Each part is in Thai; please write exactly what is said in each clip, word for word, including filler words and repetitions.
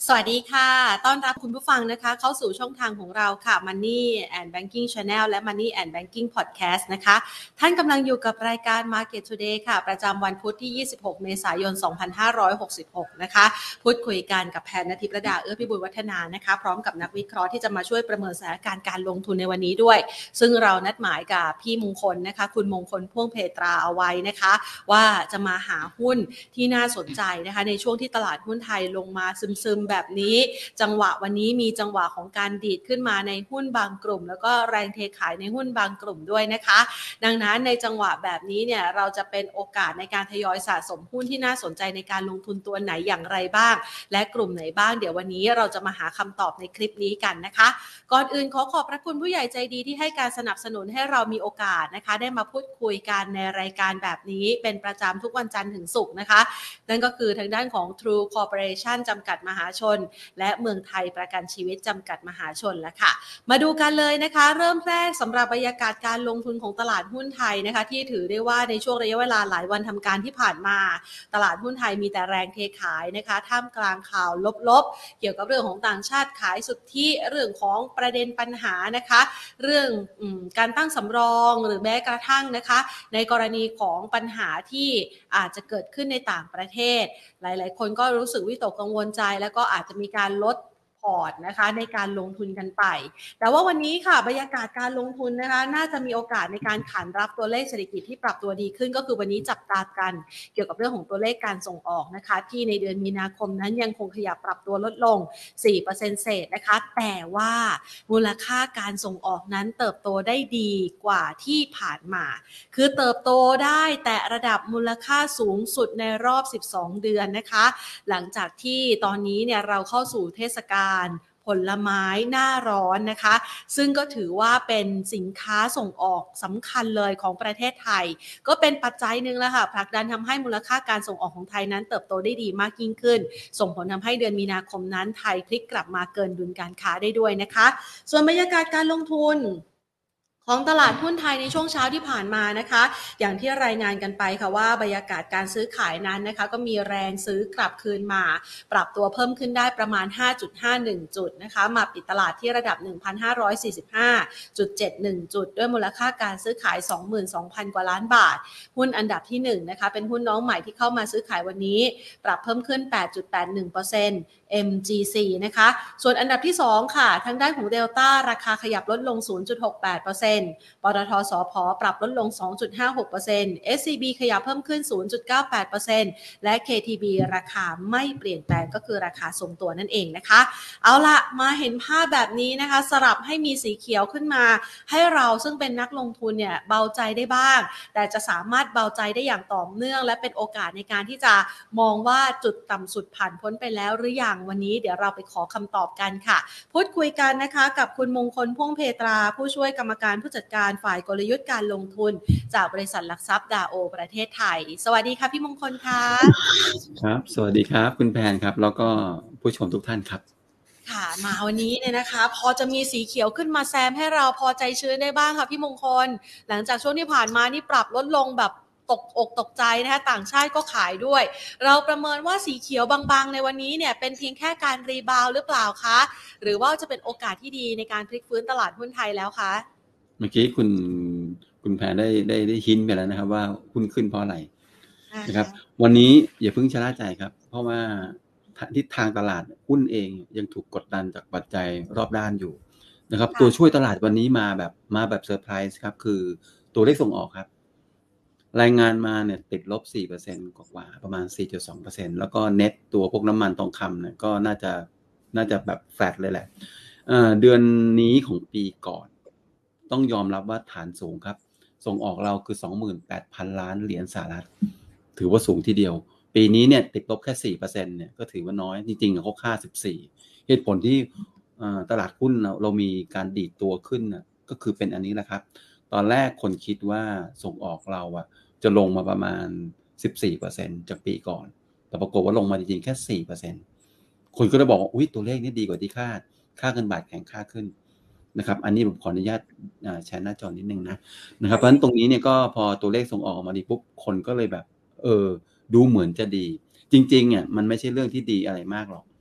สวัสดีค่ะต้อนรับคุณผู้ฟังนะคะเข้าสู่ช่องทางของเราค่ะ Money and Banking Channel และ Money and Banking Podcast นะคะท่านกำลังอยู่กับรายการ Market Today ค่ะประจำวันพุธที่ยี่สิบหกเมษายนสองพันห้าร้อยหกสิบหกนะคะพูดคุยกันกับแพนณทิพย์ระดาเอื้อพิบูลวัฒนานะคะพร้อมกับนักวิเคราะห์ที่จะมาช่วยประเมินสถานการณ์การลงทุนในวันนี้ด้วยซึ่งเรานัดหมายกับพี่มงคลนะคะคุณมงคลพ่วงเพตราเอาไว้นะคะว่าจะมาหาหุ้นที่น่าสนใจนะคะในช่วงที่ตลาดหุ้นไทยลงมาซึมๆแบบนี้จังหวะวันนี้มีจังหวะของการดีดขึ้นมาในหุ้นบางกลุ่มแล้วก็แรงเทขายในหุ้นบางกลุ่มด้วยนะคะดังนั้นในจังหวะแบบนี้เนี่ยเราจะเป็นโอกาสในการทยอยสะสมหุ้นที่น่าสนใจในการลงทุนตัวไหนอย่างไรบ้างและกลุ่มไหนบ้างเดี๋ยววันนี้เราจะมาหาคำตอบในคลิปนี้กันนะคะก่อนอื่นขอขอบพระคุณผู้ใหญ่ใจดีที่ให้การสนับสนุนให้เรามีโอกาสนะคะได้มาพูดคุยกันในรายการแบบนี้เป็นประจำทุกวันจันทร์ถึงศุกร์นะคะนั่นก็คือทางด้านของ True Corporation จำกัดมหาชนและเมืองไทยประกันชีวิตจำกัดมหาชนแล้วค่ะมาดูกันเลยนะคะเริ่มแรกสำหรับบรรยากาศการลงทุนของตลาดหุ้นไทยนะคะที่ถือได้ว่าในช่วงระยะเวลาหลายวันทำการที่ผ่านมาตลาดหุ้นไทยมีแต่แรงเทขายนะคะท่ามกลางข่าวลบๆเกี่ยวกับเรื่องของต่างชาติขายสุทธิเรื่องของประเด็นปัญหานะคะเรื่องอืมการตั้งสำรองหรือแม้กระทั่งนะคะในกรณีของปัญหาที่อาจจะเกิดขึ้นในต่างประเทศหลายๆคนก็รู้สึกวิตกกังวลใจแล้วก็อาจจะมีการลดพอร์ตนะคะในการลงทุนกันไปแต่ว่าวันนี้ค่ะบรรยากาศการลงทุนนะคะน่าจะมีโอกาสในการขานรับตัวเลขเศรษฐกิจที่ปรับตัวดีขึ้นก็คือวันนี้จับตากันเกี่ยวกับเรื่องของตัวเลขการส่งออกนะคะที่ในเดือนมีนาคมนั้นยังคงขยับปรับตัวลดลง สี่เปอร์เซ็นต์ เศษนะคะแต่ว่ามูลค่าการส่งออกนั้นเติบโตได้ดีกว่าที่ผ่านมาคือเติบโตได้แต่ระดับมูลค่าสูงสุดในรอบสิบสองเดือนนะคะหลังจากที่ตอนนี้เนี่ยเราเข้าสู่เทศกาลผลไม้หน้าร้อนนะคะซึ่งก็ถือว่าเป็นสินค้าส่งออกสำคัญเลยของประเทศไทยก็เป็นปัจจัยหนึ่งแล้วค่ะผลักดันทำให้มูลค่าการส่งออกของไทยนั้นเติบโตได้ดีมากยิ่งขึ้นส่งผลทำให้เดือนมีนาคมนั้นไทยพลิกกลับมาเกินดุลการค้าได้ด้วยนะคะส่วนบรรยากาศการลงทุนของตลาดหุ้นไทยในช่วงเช้าที่ผ่านมานะคะอย่างที่รายงานกันไปค่ะว่าบรรยากาศการซื้อขายนั้นนะคะก็มีแรงซื้อกลับคืนมาปรับตัวเพิ่มขึ้นได้ประมาณ ห้าจุดห้าหนึ่ง จุดนะคะมาปิดตลาดที่ระดับ หนึ่งพันห้าร้อยสี่สิบห้าจุดเจ็ดหนึ่ง จุดด้วยมูลค่าการซื้อขาย สองหมื่นสองพัน กว่าล้านบาทหุ้นอันดับที่หนึ่งนะคะเป็นหุ้นน้องใหม่ที่เข้ามาซื้อขายวันนี้ปรับเพิ่มขึ้น แปดจุดแปดหนึ่งเปอร์เซ็นต์ เอ็ม จี ซี นะคะส่วนอันดับที่สองค่ะทางด้านของ Delta ราคาขยับลดลง ศูนย์จุดหกแปดเปอร์เซ็นต์ ปตท.สผ.ปรับลดลง สองจุดห้าหกเปอร์เซ็นต์ เอส ซี บี ขยับเพิ่มขึ้น ศูนย์จุดเก้าแปดเปอร์เซ็นต์ และ เค ที บี ราคาไม่เปลี่ยนแปลงก็คือราคาทรงตัวนั่นเองนะคะเอาละมาเห็นภาพแบบนี้นะคะสลับให้มีสีเขียวขึ้นมาให้เราซึ่งเป็นนักลงทุนเนี่ยเบาใจได้บ้างแต่จะสามารถเบาใจได้อย่างต่อเนื่องและเป็นโอกาสในการที่จะมองว่าจุดต่ำสุดผ่านพ้นไปแล้วหรือยังวันนี้เดี๋ยวเราไปขอคำตอบกันค่ะพูดคุยกันนะคะกับคุณมงคลพ่วงเพตราผู้ช่วยกรรมการผู้จัดการฝ่ายกลยุทธ์การลงทุนจากบริษัทหลักทรัพย์ดาโอประเทศไทยสวัสดีค่ะพี่มงคลค่ะครับสวัสดีครับคุณแพนครับแล้วก็ผู้ชมทุกท่านครับค่ะมาวันนี้เนี่ยนะคะพอจะมีสีเขียวขึ้นมาแซมให้เราพอใจชื้นได้บ้างค่ะพี่มงคลหลังจากช่วงที่ผ่านมานี่ปรับลดลงแบบตกอกตกใจนะคะต่างชาติก็ขายด้วยเราประเมินว่าสีเขียวบางๆในวันนี้เนี่ยเป็นเพียงแค่การรีบาวหรือเปล่าคะหรือว่าจะเป็นโอกาสที่ดีในการพลิกฟื้นตลาดหุ้นไทยแล้วคะเมื่อกี้คุณคุณแพนได้ได้ได้หินไปแล้วนะครับว่าหุ้นขึ้นเพราะอะไรนะครับวันนี้อย่าเพิ่งชะล่าใจครับเพราะว่าทิศทางตลาดหุ้นเองยังถูกกดดันจากปัจจัยรอบด้านอยู่นะครับตัวช่วยตลาดวันนี้มาแบบมาแบบเซอร์ไพรส์ครับคือตัวเลขส่งออกครับรายงานมาเนี่ยติดลบ สี่เปอร์เซ็นต์ กว่าๆประมาณ สี่จุดสองเปอร์เซ็นต์ แล้วก็เน็ตตัวพวกน้ำมันทองคำเนี่ยก็น่าจะน่าจะแบบแฟลตเลยแหละเอ่อเดือนนี้ของปีก่อนต้องยอมรับว่าฐานสูงครับส่งออกเราคือ สองหมื่นแปดพัน ล้านเหรียญสหรัฐถือว่าสูงทีเดียวปีนี้เนี่ยติดลบแค่ สี่เปอร์เซ็นต์ เนี่ยก็ถือว่าน้อยจริงๆเขาค่าสิบสี่เหตุผลที่ตลาดหุ้นเราเรามีการดีดตัวขึ้นน่ะก็คือเป็นอันนี้แหละครับตอนแรกคนคิดว่าส่งออกเราอ่ะจะลงมาประมาณ สิบสี่เปอร์เซ็นต์ จากปีก่อนแต่ปรากฏว่าลงมาจริงๆแค่ สี่เปอร์เซ็นต์ คนก็เลยบอกว่าอุ๊ยตัวเลขนี้ดีกว่าที่คาดค่าเงินบาทแข็งค่าขึ้นนะครับอันนี้ผมขออนุญาตแชร์หน้าจอนิดนึงนะนะครับเพราะฉะนั้นตรงนี้เนี่ยก็พอตัวเลขส่งออกมาดีปุ๊บคนก็เลยแบบเออดูเหมือนจะดีจริงๆอ่ะมันไม่ใช่เรื่องที่ดีอะไรมากหรอก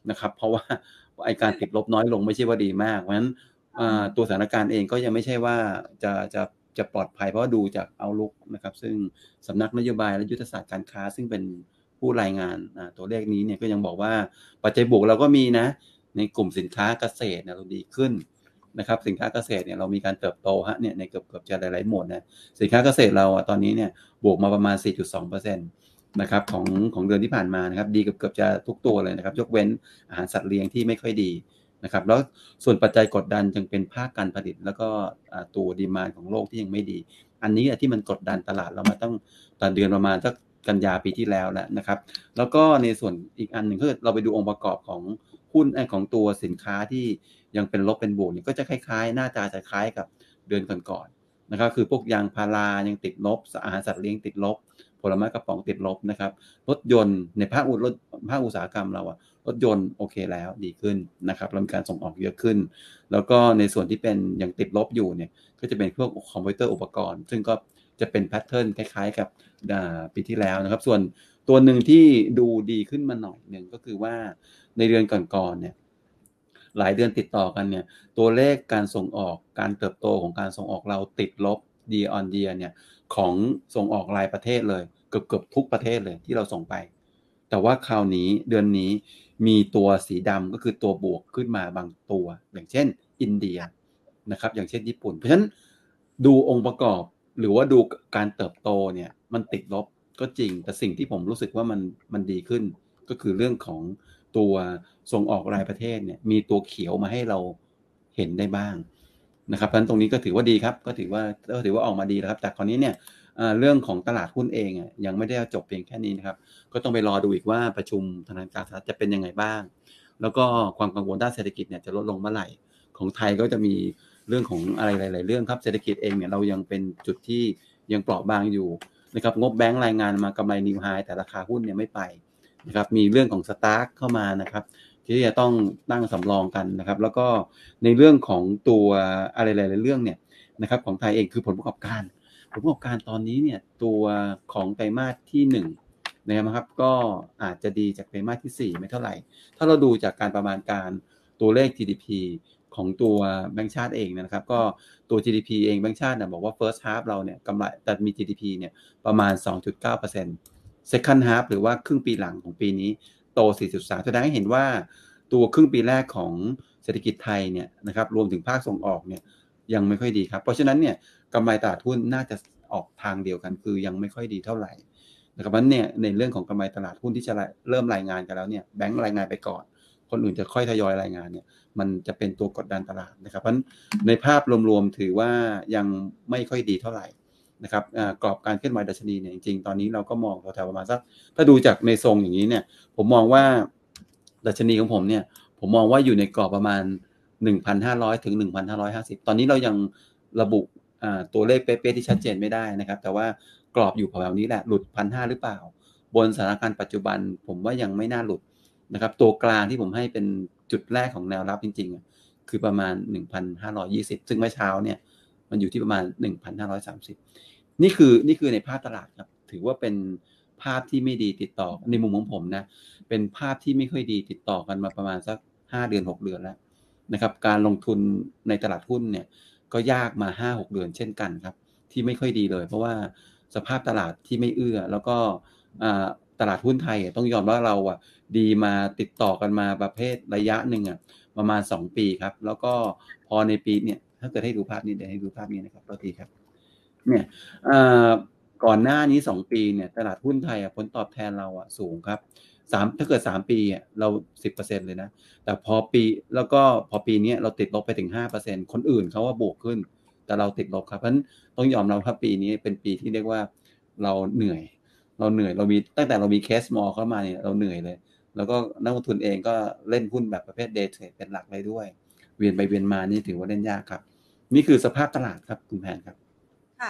นะครับเพราะว่าไอ้การติดลบน้อยลงไม่ใช่ว่าดีมากเพราะฉะนั้นตัวสถานการณ์เองก็ยังไม่ใช่ว่าจะจะจะปลอดภัยเพราะดูจาก Outlook นะครับซึ่งสำนักนโยบายและยุทธศาสตร์การค้าซึ่งเป็นผู้รายงานตัวเลขนี้เนี่ยก็ยังบอกว่าปัจจัยบวกเราก็มีนะในกลุ่มสินค้าเกษตรเนี่ยเราดีขึ้นนะครับสินค้าเกษตรเนี่ยเรามีการเติบโตฮะเนี่ยในเกือบเกือบจะหลายๆหมวดนะสินค้าเกษตรเราอ่ะตอนนี้เนี่ยบวกมาประมาณ สี่จุดสองเปอร์เซ็นต์ นะครับของของเดือนที่ผ่านมานะครับดีเกือบเกือบจะทุกตัวเลยนะครับยกเว้นอาหารสัตว์เลี้ยงที่ไม่ค่อยดีนะครับแล้วส่วนปัจจัยกดดันจึงเป็นภาคการผลิตแล้วก็ตัวดีมานด์ของโลกที่ยังไม่ดีอันนี้ที่มันกดดันตลาดเรามาตั้งตอนเดือนประมาณสักกันยาปีที่แล้วแล้วนะครับแล้วก็ในส่วนอีกอันหนึ่งคือเราไปดูองค์ประกอบของหุ้นของตัวสินค้าที่ยังเป็นลบเป็นบวกนี่ก็จะคล้ายๆหน้าตาจะคล้ายกับเดือนก่อนๆนะครับคือพวกยางพารายังติดลบอาหารสัตว์เลี้ยงติดลบผลไม้กระป๋องติดลบนะครับรถยนต์ในภาคอุตภาคอุตสาหกรรมเราอะรถยนต์โอเคแล้วดีขึ้นนะครับเรามีการส่งออกเยอะขึ้นแล้วก็ในส่วนที่เป็นยังติดลบอยู่เนี่ยก็จะเป็นพวกคอมพิวเตอร์อุปกรณ์ซึ่งก็จะเป็นแพทเทิร์นคล้ายๆกับปีที่แล้วนะครับส่วนตัวหนึ่งที่ดูดีขึ้นมาหน่อยหนึ่งก็คือว่าในเดือนก่อนๆเนี่ยหลายเดือนติดต่อกันเนี่ยตัวเลขการส่งออกการเติบโตของการส่งออกเราติดลบ year on year เนี่ยของส่งออกรายประเทศเลยเกือบๆทุกประเทศเลยที่เราส่งไปแต่ว่าคราวนี้เดือนนี้มีตัวสีดำก็คือตัวบวกขึ้นมาบางตัวอย่างเช่นอินเดียนะครับอย่างเช่นญี่ปุ่นเพราะฉะนั้นดูองค์ประกอบหรือว่าดูการเติบโตเนี่ยมันติดลบก็จริงแต่สิ่งที่ผมรู้สึกว่ามันมันดีขึ้นก็คือเรื่องของตัวส่งออกรายประเทศเนี่ยมีตัวเขียวมาให้เราเห็นได้บ้างนะครับเพราะฉะนั้นตรงนี้ก็ถือว่าดีครับก็ถือว่าก็ถือว่าออกมาดีแล้วครับแต่คราวนี้เนี่ยเรื่องของตลาดหุ้นเองยังไม่ได้จบเพียงแค่นี้นะครับก็ต้องไปรอดูอีกว่าประชุมธนาคารสหรัฐจะเป็นยังไงบ้างแล้วก็ความกังวลด้านเศรษฐกิจเนี่ยจะลดลงเมื่อไหร่ของไทยก็จะมีเรื่องของอะไรหลายๆเรื่องครับเศรษฐกิจเองเนี่ยเรายังเป็นจุดที่ยังเปราะบางอยู่นะครับงบแบงก์รายงานมากำไรนิวไฮแต่ราคาหุ้นเนี่ยไม่ไปนะครับมีเรื่องของสตาร์กเข้ามานะครับที่จะต้องตั้งสำรองกันนะครับแล้วก็ในเรื่องของตัวอะไรหลายๆเรื่องเนี่ยนะครับของไทยเองคือผลประกอบการผลประกอบการตอนนี้เนี่ยตัวของไตรมาสที่หนึ่งนะครับก็อาจจะดีจากไตรมาสที่สี่ไม่เท่าไหร่ถ้าเราดูจากการประมาณการตัวเลข จี ดี พี ของตัวแบงก์ชาติเองนะครับก็ตัว จี ดี พี เองแบงก์ชาติเนี่ยบอกว่า first half เราเนี่ยกำไรแต่มี จี ดี พี เนี่ยประมาณ สองจุดเก้าเปอร์เซ็นต์ second half หรือว่าครึ่งปีหลังของปีนี้โต สี่จุดสาม แสดงให้เห็นว่าตัวครึ่งปีแรกของเศรษฐกิจไทยเนี่ยนะครับรวมถึงภาคส่งออกเนี่ยยังไม่ค่อยดีครับเพราะฉะนั้นเนี่ยกำไรตลาดหุ้นน่าจะออกทางเดียวกันคือยังไม่ค่อยดีเท่าไหร่นะครับเพราะฉะนั้นเนี่ยในเรื่องของกำไรตลาดหุ้นที่จะเริ่มรายงานกันแล้วเนี่ยแบงก์รายงานไปก่อนคนอื่นจะค่อยทยอยรายงานเนี่ยมันจะเป็นตัวกดดันตลาดนะครับเพราะฉะนั้นในภาพรวมๆถือว่ายังไม่ค่อยดีเท่าไหร่นะครับกรอบการเคลื่อนไหวดัชนีเนี่ยจริงๆตอนนี้เราก็มองแถวๆประมาณสักถ้าดูจากในทรงอย่างนี้เนี่ยผมมองว่าดัชนีของผมเนี่ยผมมองว่าอยู่ในกรอบประมาณ หนึ่งพันห้าร้อย ถึง หนึ่งพันห้าร้อยห้าสิบ ตอนนี้เรายังระบุตัวเลขเป๊ะๆที่ชัดเจนไม่ได้นะครับแต่ว่ากรอบอยู่แถวๆนี้แหละหลุด หนึ่งพันห้าร้อย หรือเปล่าบนสถานการณ์ปัจจุบันผมว่ายังไม่น่าหลุดนะครับตัวกลางที่ผมให้เป็นจุดแรกของแนวรับจริงๆคือประมาณ หนึ่งพันห้าร้อยยี่สิบ ซึ่งเมื่อเช้าเนี่ยมันอยู่ที่ประมาณ หนึ่งพันห้าร้อยสามสิบ นี่คือนี่คือในภาพตลาดครับถือว่าเป็นภาพที่ไม่ดีติดต่อในมุมของผมนะเป็นภาพที่ไม่ค่อยดีติดต่อกันมาประมาณสักห้าเดือนหกเดือนแล้วนะครับการลงทุนในตลาดหุ้นเนี่ยก็ยากมา ห้าหก เดือนเช่นกันครับที่ไม่ค่อยดีเลยเพราะว่าสภาพตลาดที่ไม่เอื้อแล้วก็ตลาดหุ้นไทยต้องยอมรับเราอ่ะดีมาติดต่อกันมาประเภทระยะหนึ่งอ่ะประมาณสองปีครับแล้วก็พอในปีเนี่ยถ้าเกิดให้ดูภาพนี้เดี๋ยวให้ดูภาพนี้นะครับตัวทีครับเนี่ยก่อนหน้านี้สองปีเนี่ยตลาดหุ้นไทยอ่ะผลตอบแทนเราอ่ะสูงครับสามถ้าเกิดสามปีอ่ะเรา สิบเปอร์เซ็นต์ เลยนะแต่พอปีแล้วก็พอปีนี้เราติดลบไปถึง ห้าเปอร์เซ็นต์ คนอื่นเขาว่าบวกขึ้นแต่เราติดลบครับเพราะฉะนั้นต้องยอมรับว่าปีนี้เป็นปีที่เรียกว่าเราเหนื่อยเราเหนื่อยเรามีตั้งแต่เรามีเคสมอลเข้ามาเนี่ยเราเหนื่อยเลยแล้วก็นักลงทุนเองก็เล่นหุ้นแบบประเภทเดย์เทรดเป็นหลักเลยด้วยเวียนไปเวียนมานี่ถือว่าเล่นยากครับนี่คือสภาพตลาดครับคุณแพนครับค่ะก็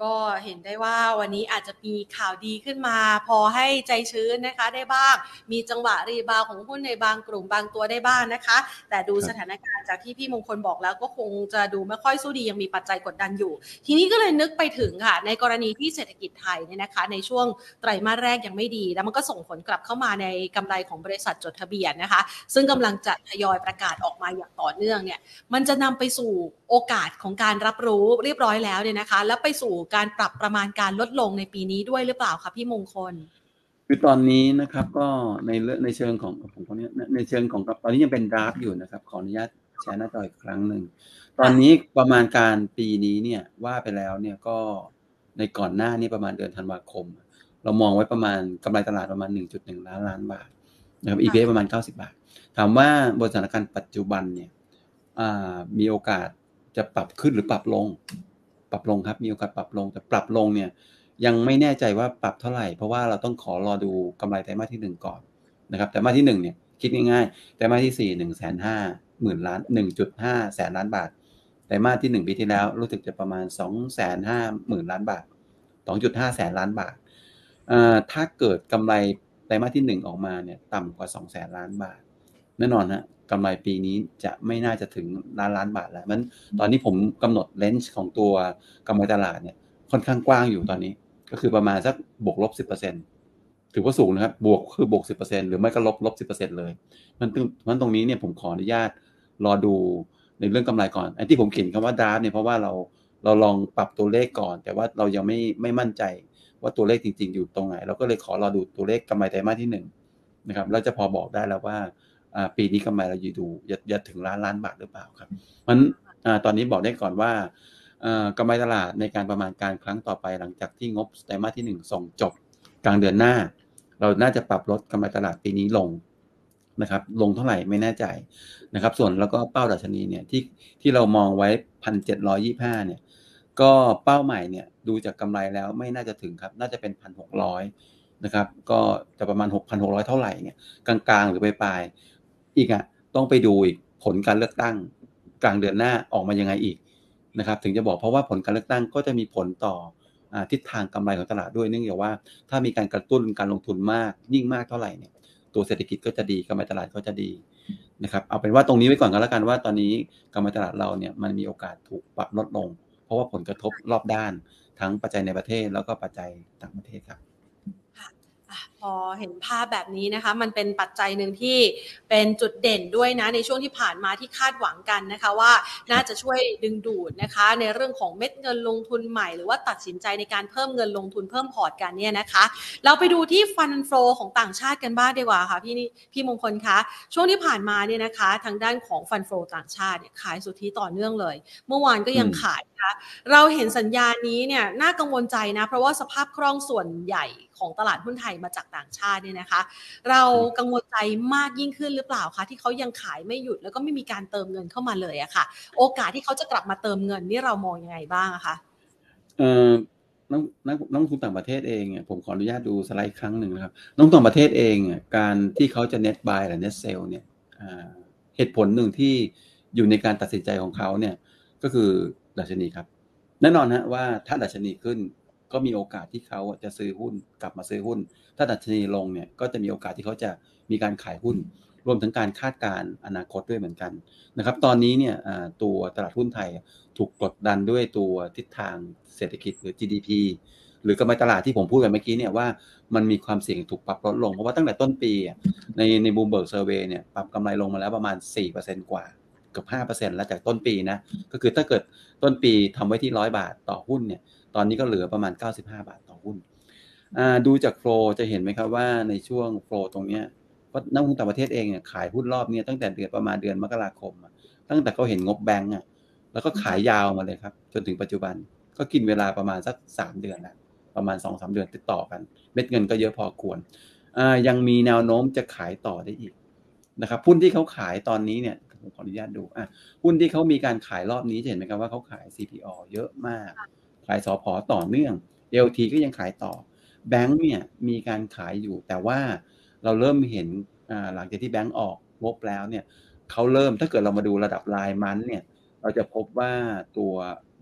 ก็เห็นได้ว่าวันนี้อาจจะมีข่าวดีขึ้นมาพอให้ใจชื้นนะคะได้บ้างมีจังหวะรีบาวของหุ้นในบางกลุ่มบางตัวได้บ้างนะคะแต่ดูสถานการณ์จากที่พี่มงคลบอกแล้วก็คงจะดูไม่ค่อยสู้ดียังมีปัจจัยกดดันอยู่ทีนี้ก็เลยนึกไปถึงค่ะในกรณีที่เศรษฐกิจไทยเนี่ยนะคะในช่วงไตรมาสแรกยังไม่ดีแล้วมันก็ส่งผลกลับเข้ามาในกำไรของบริษัทจดทะเบียนนะคะซึ่งกำลังจะทยอยประกาศออกมาอย่างต่อเนื่องเนี่ยมันจะนำไปสู่โอกาสของการรับรู้เรียบร้อยแล้วเนี่ยนะคะแล้วไปสู่การปรับประมาณการลดลงในปีนี้ด้วยหรือเปล่าคะพี่มงคลคือตอนนี้นะครับก็ในในเชิงของผมตรงนี้ในเชิงของตอนนี้ยังเป็นดราฟต์อยู่นะครับขออนุญาตแชร์หน้าจออีกครั้งหนึ่งตอนนี้ประมาณการปีนี้เนี่ยว่าไปแล้วเนี่ยก็ในก่อนหน้านี้ประมาณเดือนธันวาคมเรามองไว้ประมาณกำไรตลาดประมาณ หนึ่งจุดหนึ่ง ล้านล้านบาทนะครับ อี พี เอส ประมาณเก้าสิบบาทถามว่าบนสถานการณ์ปัจจุบันเนี่ยมีโอกาสจะปรับขึ้นหรือปรับลงปรับลงครับมีโอกาสปรับลงแต่ปรับลงเนี่ยยังไม่แน่ใจว่าปรับเท่าไหร่เพราะว่าเราต้องขอรอดูกำไรไตรมาสที่หนึ่งก่อนนะครับไตรมาสที่หนึ่งเนี่ยคิดง่ายๆไตรมาสที่สี่ หนึ่งแสนห้าหมื่นล้าน หนึ่งจุดห้า แสนล้านบาทไตรมาสที่หนึ่งปีที่แล้วรู้สึกจะประมาณ สองแสนห้าหมื่น ล้านบาท สองจุดห้า แสนล้านบาทเอ่อถ้าเกิดกำไรไตรมาสที่หนึ่งออกมาเนี่ยต่ำกว่า สองแสน ล้านบาทแน่นอนฮะกำไรปีนี้จะไม่น่าจะถึงล้านล้านบาทแล้วมันตอนนี้ผมกำหนดเลนส์ของตัวกำไรตลาดเนี่ยค่อนข้างกว้างอยู่ตอนนี้ก็คือประมาณสักบวกลบ สิบเปอร์เซ็นต์ ถือว่าสูงนะครับบวกคือบวก สิบเปอร์เซ็นต์ หรือไม่ก็ลบลบ สิบเปอร์เซ็นต์ เลยมันมันตรงนี้เนี่ยผมขออนุญาตรอดูในเรื่องกำไรก่อนไอ้ที่ผมเขียนคำว่าดราฟต์เนี่ยเพราะว่าเราเราลองปรับตัวเลขก่อนแต่ว่าเรายังไม่ไม่มั่นใจว่าตัวเลขจริงๆอยู่ตรงไหนเราก็เลยขอรอดูตัวเลขกำไรไตรมาสที่หนึ่งนะครับเราจะพอบอกได้แล้วว่าปีนี้กำไรเราอยู่ดูจะถึงล้านล้านบาทหรือเปล่าครับเพราะฉะนั้นตอนนี้บอกได้ก่อนว่ากำไรตลาดในการประมาณการครั้งต่อไปหลังจากที่งบไตรมาสที่หนึ่งส่งจบกลางเดือนหน้าเราน่าจะปรับลดกำไรตลาดปีนี้ลงนะครับลงเท่าไหร่ไม่แน่ใจนะครับส่วนแล้วก็เป้าดัชนีเนี่ยที่ที่เรามองไว้ หนึ่งพันเจ็ดร้อยยี่สิบห้า เนี่ยก็เป้าหมายเนี่ยดูจากกำไรแล้วไม่น่าจะถึงครับน่าจะเป็น หนึ่งพันหกร้อย นะครับก็จะประมาณ หกพันหกร้อย เท่าไหร่เนี่ยกลางๆหรือปลายๆอีกอ่ะต้องไปดูอีกผลการเลือกตั้งกลางเดือนหน้าออกมายังไงอีกนะครับถึงจะบอกเพราะว่าผลการเลือกตั้งก็จะมีผลต่อทิศทางกำไรของตลาดด้วยเนื่องจากว่าถ้ามีการกระตุ้นการลงทุนมากยิ่งมากเท่าไหร่เนี่ยตัวเศรษฐกิจก็จะดีกำไรตลาดก็จะดีนะครับเอาเป็นว่าตรงนี้ไว้ก่อนก็แล้วกันว่าตอนนี้กำไรตลาดเราเนี่ยมันมีโอกาสถูกปรับลดลงเพราะว่าผลกระทบรอบด้านทั้งปัจจัยในประเทศแล้วก็ปัจจัยต่างประเทศครับพอเห็นภาพแบบนี้นะคะมันเป็นปัจจัยหนึ่งที่เป็นจุดเด่นด้วยนะในช่วงที่ผ่านมาที่คาดหวังกันนะคะว่าน่าจะช่วยดึงดูดนะคะในเรื่องของเม็ดเงินลงทุนใหม่หรือว่าตัดสินใจในการเพิ่มเงินลงทุนเพิ่มพอร์ตกันเนี่ยนะคะเราไปดูที่ฟันโฟลของต่างชาติกันบ้างดีกว่าค่ะพี่พี่มงคลคะช่วงที่ผ่านมาเนี่ยนะคะทางด้านของฟันโฟลต่างชาติเนี่ยขายสุทธิต่อเนื่องเลยเมื่อวานก็ยังขายนะคะเราเห็นสัญญาณนี้เนี่ยน่ากังวลใจนะเพราะว่าสภาพคล่องส่วนใหญ่ของตลาดหุ้นไทยมาจากต่างชาติเนี่ยนะคะเรากังวลใจมากยิ่งขึ้นหรือเปล่าคะที่เขายังขายไม่หยุดแล้วก็ไม่มีการเติมเงินเข้ามาเลยอะค่ะโอกาสที่เขาจะกลับมาเติมเงินนี่เรามองยังไงบ้างอะคะเอ่อนักนักนักลงทุนต่างประเทศเองเนี่ยผมขออนุญาตดูสไลด์อีกครั้งหนึ่งนะครับนักลงทุนต่างประเทศเองเนี่ยการที่เขาจะ net buy หรือ net sell เนี่ยเหตุผลหนึ่งที่อยู่ในการตัดสินใจของเขาเนี่ยก็คือดัชนีครับแน่นอนฮะว่าถ้าดัชนีขึ้นก็มีโอกาสที่เขาจะซื้อหุ้นกลับมาซื้อหุ้นถ้าดัชนีลงเนี่ยก็จะมีโอกาสที่เขาจะมีการขายหุ้นรวมถึงการคาดการณ์อนาคตด้วยเหมือนกันนะครับตอนนี้เนี่ยตัวตลาดหุ้นไทยถูกกดดันด้วยตัวทิศทางเศรษฐกิจหรือ จี ดี พี หรือกำไรตลาดที่ผมพูดไปเมื่อกี้เนี่ยว่ามันมีความเสี่ยงถูกปรับลดลงเพราะว่าตั้งแต่ต้นปีในใน Bloomberg Survey เนี่ยปรับกำไรลงมาแล้วประมาณ สี่เปอร์เซ็นต์ กว่าเกือบ ห้าเปอร์เซ็นต์ แล้วจากต้นปีนะก็คือถ้าเกิดต้นปีทำไว้ที่หนึ่งร้อยบาทต่อหุ้นเนี่ยตอนนี้ก็เหลือประมาณเก้าสิบห้าบาทต่อหุ้นดูจากโฟลจะเห็นไหมครับว่าในช่วงโฟลตรงนี้เพราะนักลงทุนต่างประเทศเองเนี่ยขายหุ้นรอบนี้ตั้งแต่เดือนประมาณเดือนมกราคมตั้งแต่เขาเห็นงบแบงก์อ่ะแล้วก็ขายยาวมาเลยครับจนถึงปัจจุบันก็กินเวลาประมาณสักสามเดือนแล้วประมาณ สองถึงสาม เดือนติดต่อกันเม็ดเงินก็เยอะพอควรอ่ายังมีแนวโน้มจะขายต่อได้อีกนะครับหุ้นที่เขาขายตอนนี้เนี่ยผมขออนุญาตดูอ่ะหุ้นที่เขามีการขายรอบนี้จะเห็นไหมครับว่าเขาขาย ซี พี โอ เยอะมากขายสผ.ต่อเนื่อง แอล ที ก็ยังขายต่อแบงก์เนี่ยมีการขายอยู่แต่ว่าเราเริ่มเห็นอ่าหลังจากที่แบงก์ออกงบแล้วเนี่ยเขาเริ่มถ้าเกิดเรามาดูระดับรายมันเนี่ยเราจะพบว่าตัว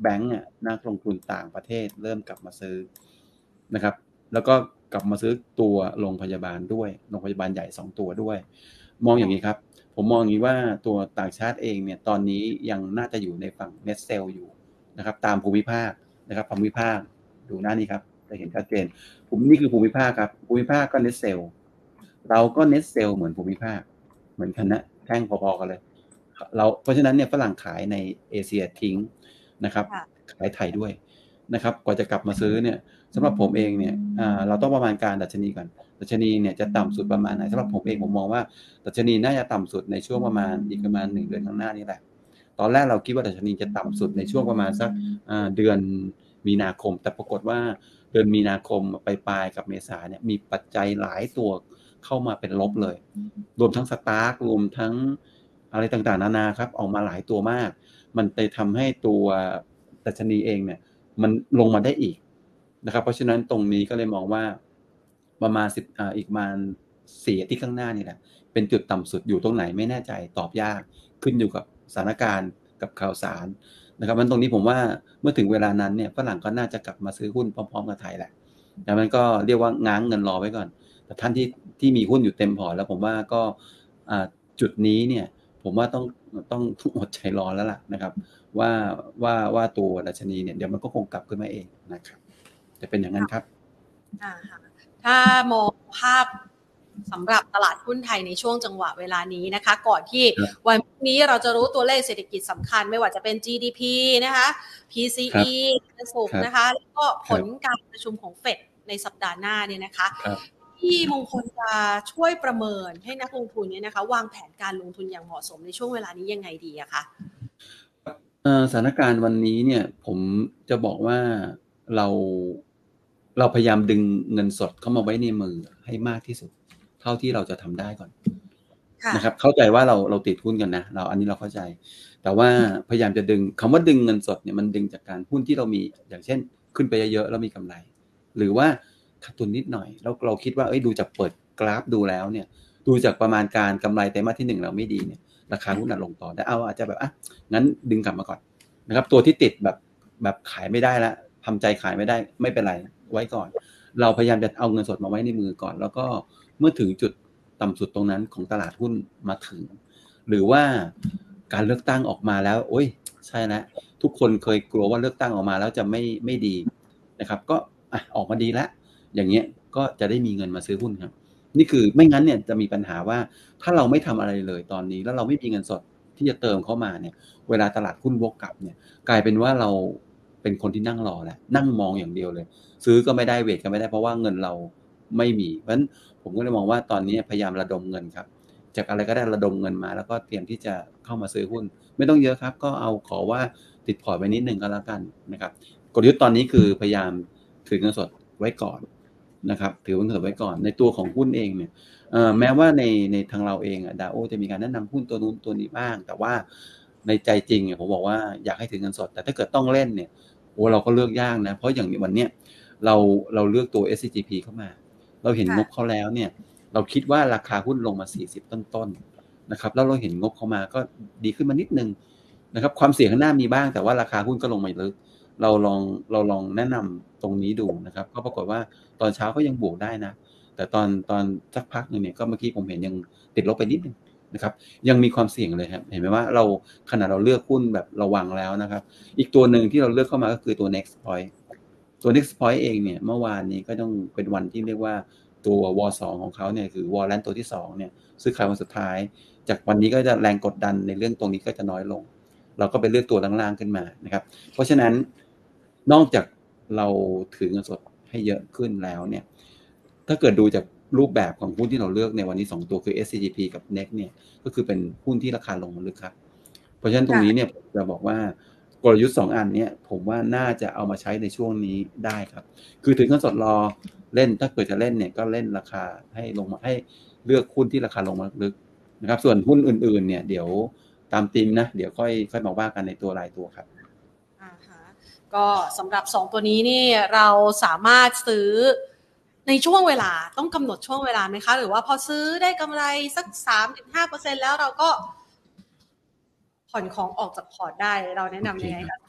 แบงก์อ่ะนักลงทุนต่างประเทศเริ่มกลับมาซื้อนะครับแล้วก็กลับมาซื้อตัวโรงพยาบาลด้วยโรงพยาบาลใหญ่สองตัวด้วยมองอย่างนี้ครับผมมองอย่างนี้ว่าตัวต่างชาติเองเนี่ยตอนนี้ยังน่าจะอยู่ในฝั่ง net sell อยู่นะครับตามภูมิภาคนะครับภูมิภาคดูหน้านี้ครับจะเห็นชัดเจนผมนี่คือภูมิภาคครับภูมิภาคก็ net sell เราก็ net sell เหมือนภูมิภาคเหมือนกันนะแท่งพอๆกันเลยเราเพราะฉะนั้นเนี่ยฝรั่งขายในเอเชียทิ้งนะครับขายไทยด้วยนะครับกว่าจะกลับมาซื้อเนี่ยสำหรับผมเองเนี่ยเราต้องประมาณการดัชนีก่อนดัชนีเนี่ยจะต่ำสุดประมาณไหนสำหรับผมเองผมมองว่าดัชนีน่าจะต่ำสุดในช่วงประมาณอีกประมาณหนึ่งเดือนข้างหน้านี่แหละตอนแรกเราคิดว่าดัชนีจะต่ำสุดในช่วงประมาณสักเดือนมีนาคมแต่ปรากฏว่าเดือนมีนาคมไปปลายกับเมษาเนี่ยมีปัจจัยหลายตัวเข้ามาเป็นลบเลยรวมทั้งสตาร์กรวมทั้งอะไรต่างๆนานาครับออกมาหลายตัวมากมันไปทำให้ตัวดัชนีเองเนี่ยมันลงมาได้อีกนะครับเพราะฉะนั้นตรงนี้ก็เลยมองว่าประมาณสิบอ่าอีกประมาณสี่อาทิตย์ข้างหน้านี่แหละเป็นจุดต่ำสุดอยู่ตรงไหนไม่แน่ใจตอบยากขึ้นอยู่กับสถานการณ์กับข่าวสารนะครับมันตรงนี้ผมว่าเมื่อถึงเวลานั้นเนี่ยฝรั่งก็น่าจะกลับมาซื้อหุ้นพร้อมๆกับไทยแหละแต่มันก็เรียกว่าง้างเงินรอไว้ก่อนแต่ท่านที่ที่มีหุ้นอยู่เต็มพอร์ตแล้วผมว่าก็จุดนี้เนี่ยผมว่าต้องต้องอดใจรอแล้วล่ะนะครับว่าว่าว่าตัวดัชนีเนี่ยเดี๋ยวมันก็คงกลับขึ้นมาเองนะครับจะเป็นอย่างนั้นครับถ้ามองภาพสำหรับตลาดหุ้นไทยในช่วงจังหวะเวลานี้นะคะก่อนที่วันนี้เราจะรู้ตัวเลขเศรษฐกิจสำคัญไม่ว่าจะเป็น จี ดี พี นะคะ พี ซี อี วันศุกร์นะคะแล้วก็ผลการประชุมของเฟดในสัปดาห์หน้าเนี่ยนะคะที่มงคลจะช่วยประเมินให้นักลงทุนเนี่ยนะคะวางแผนการลงทุนอย่างเหมาะสมในช่วงเวลานี้ยังไงดีอะคะสถานการณ์วันนี้เนี่ยผมจะบอกว่าเราเราพยายามดึงเงินสดเข้ามาไว้ในมือให้มากที่สุดเท่าที่เราจะทำได้ก่อนนะครับเข้าใจว่าเราเราติดหุ้นกันนะเราอันนี้เราเข้าใจแต่ว่าพยายามจะดึงคำว่าดึงเงินสดเนี่ยมันดึงจากการหุ้นที่เรามีอย่างเช่นขึ้นไปเยอะๆแล้วมีกำไรหรือว่าขาดทุนนิดหน่อยแล้วเราคิดว่าเอ้ยดูจากเปิดกราฟดูแล้วเนี่ยดูจากประมาณการกำไรไตรมาสที่หนึ่งเราไม่ดีเนี่ยราคาหุ้นอาจลงต่อได้เอาอาจจะแบบอ่ะงั้นดึงกลับมาก่อนนะครับตัวที่ติดแบบแบบขายไม่ได้แล้วทำใจขายไม่ได้ไม่เป็นไรไว้ก่อนเราพยายามจะเอาเงินสดมาไว้ในมือก่อนแล้วก็เมื่อถึงจุดต่ำสุดตรงนั้นของตลาดหุ้นมาถึงหรือว่าการเลือกตั้งออกมาแล้วโอ้ยใช่แล้วทุกคนเคยกลัวว่าเลือกตั้งออกมาแล้วจะไม่ไม่ดีนะครับก็อ่ะออกมาดีแล้วอย่างเงี้ยก็จะได้มีเงินมาซื้อหุ้นครับนี่คือไม่งั้นเนี่ยจะมีปัญหาว่าถ้าเราไม่ทำอะไรเลยตอนนี้แล้วเราไม่มีเงินสดที่จะเติมเข้ามาเนี่ยเวลาตลาดหุ้นวกกลับเนี่ยกลายเป็นว่าเราเป็นคนที่นั่งรอแหละนั่งมองอย่างเดียวเลยซื้อก็ไม่ได้เวทก็ไม่ได้เพราะว่าเงินเราไม่มีเพราะฉะนั้นผมก็เลยมองว่าตอนนี้พยายามระดมเงินครับจากอะไรก็ได้ระดมเงินมาแล้วก็เตรียมที่จะเข้ามาซื้อหุ้นไม่ต้องเยอะครับก็เอาขอว่าติดพอร์ตไว้นิดนึงก็แล้วกันนะครับกลยุทธ์ตอนนี้คือพยายามถือเงินสดไว้ก่อนนะครับถือเงินสดไว้ก่อนในตัวของหุ้นเองเนี่ยแม้ว่าในในทางเราเองอ่ะดาโอจะมีการแนะนำหุ้นตัวนู้นตัวนี้บ้างแต่ว่าในใจจริงเนี่ยผมบอกว่าอยากให้ถือเงินสดแต่ถ้าเกิดต้องเล่นเนี่ยโอ้เราก็เลือกยากนะเพราะอย่างวันเนี้ยเราเราเลือกตัว เอส ซี จี พี เข้ามาเราเห็นงบเขาแล้วเนี่ยเราคิดว่าราคาหุ้นลงมาสี่สิบต้นๆนะครับแล้วเราเห็นงบเขามาก็ดีขึ้นมานิดนึงนะครับความเสี่ยงข้างหน้ามีบ้างแต่ว่าราคาหุ้นก็ลงมาลึกเราลองเราลองแนะนำตรงนี้ดูนะครับก็ปรากฏว่าตอนเช้าก็ยังบวกได้นะแต่ตอนตอนสักพักนึงเนี่ยก็เมื่อกี้ผมเห็นยังติดลบไปนิดนึงนะครับยังมีความเสี่ยงเลยครับเห็นไหมว่าเราขนาดเราเลือกหุ้นแบบระวังแล้วนะครับอีกตัวหนึ่งที่เราเลือกเข้ามาก็คือตัว next point ตัว next point เองเนี่ยเมื่อวานนี้ก็ต้องเป็นวันที่เรียกว่าตัว วอ สอง ของเขาเนี่ยคือวอลเลนตัวที่สองเนี่ยซื้อขายวันสุดท้ายจากวันนี้ก็จะแรงกดดันในเรื่องตรงนี้ก็จะน้อยลงเราก็ไปเลือกตัวล่างๆขึ้นมานะครับเพราะฉะนั้นนอกจากเราถือเงินสดให้เยอะขึ้นแล้วเนี่ยถ้าเกิดดูจากรูปแบบของหุ้นที่เราเลือกในวันนี้สองตัวคือ เอส ซี จี พี กับ Next เนี่ยก็คือเป็นหุ้นที่ราคาลงมาลึกครับเพราะฉะนั้นตรงนี้เนี่ยจะบอกว่ากลยุทธ์สองอันเนี้ยผมว่าน่าจะเอามาใช้ในช่วงนี้ได้ครับคือถือเงินสดรอเล่นถ้าเกิดจะเล่นเนี่ยก็เล่นราคาให้ลงมาให้เลือกหุ้นที่ราคาลงมาลึกนะครับส่วนหุ้นอื่นๆเนี่ยเดี๋ยวตามธีมนะเดี๋ยวค่อยค่อยมาว่ากันในตัวรายตัวครับอ่าฮะก็สำหรับสองตัวนี้นี่เราสามารถซื้อในช่วงเวลาต้องกำหนดช่วงเวลาไหมคะหรือว่าพอซื้อได้กำไรสัก สามถึงห้าเปอร์เซ็นต์ แล้วเราก็ผ่อนของออกจากพอร์ตได้เราแนะนำยังไงคะ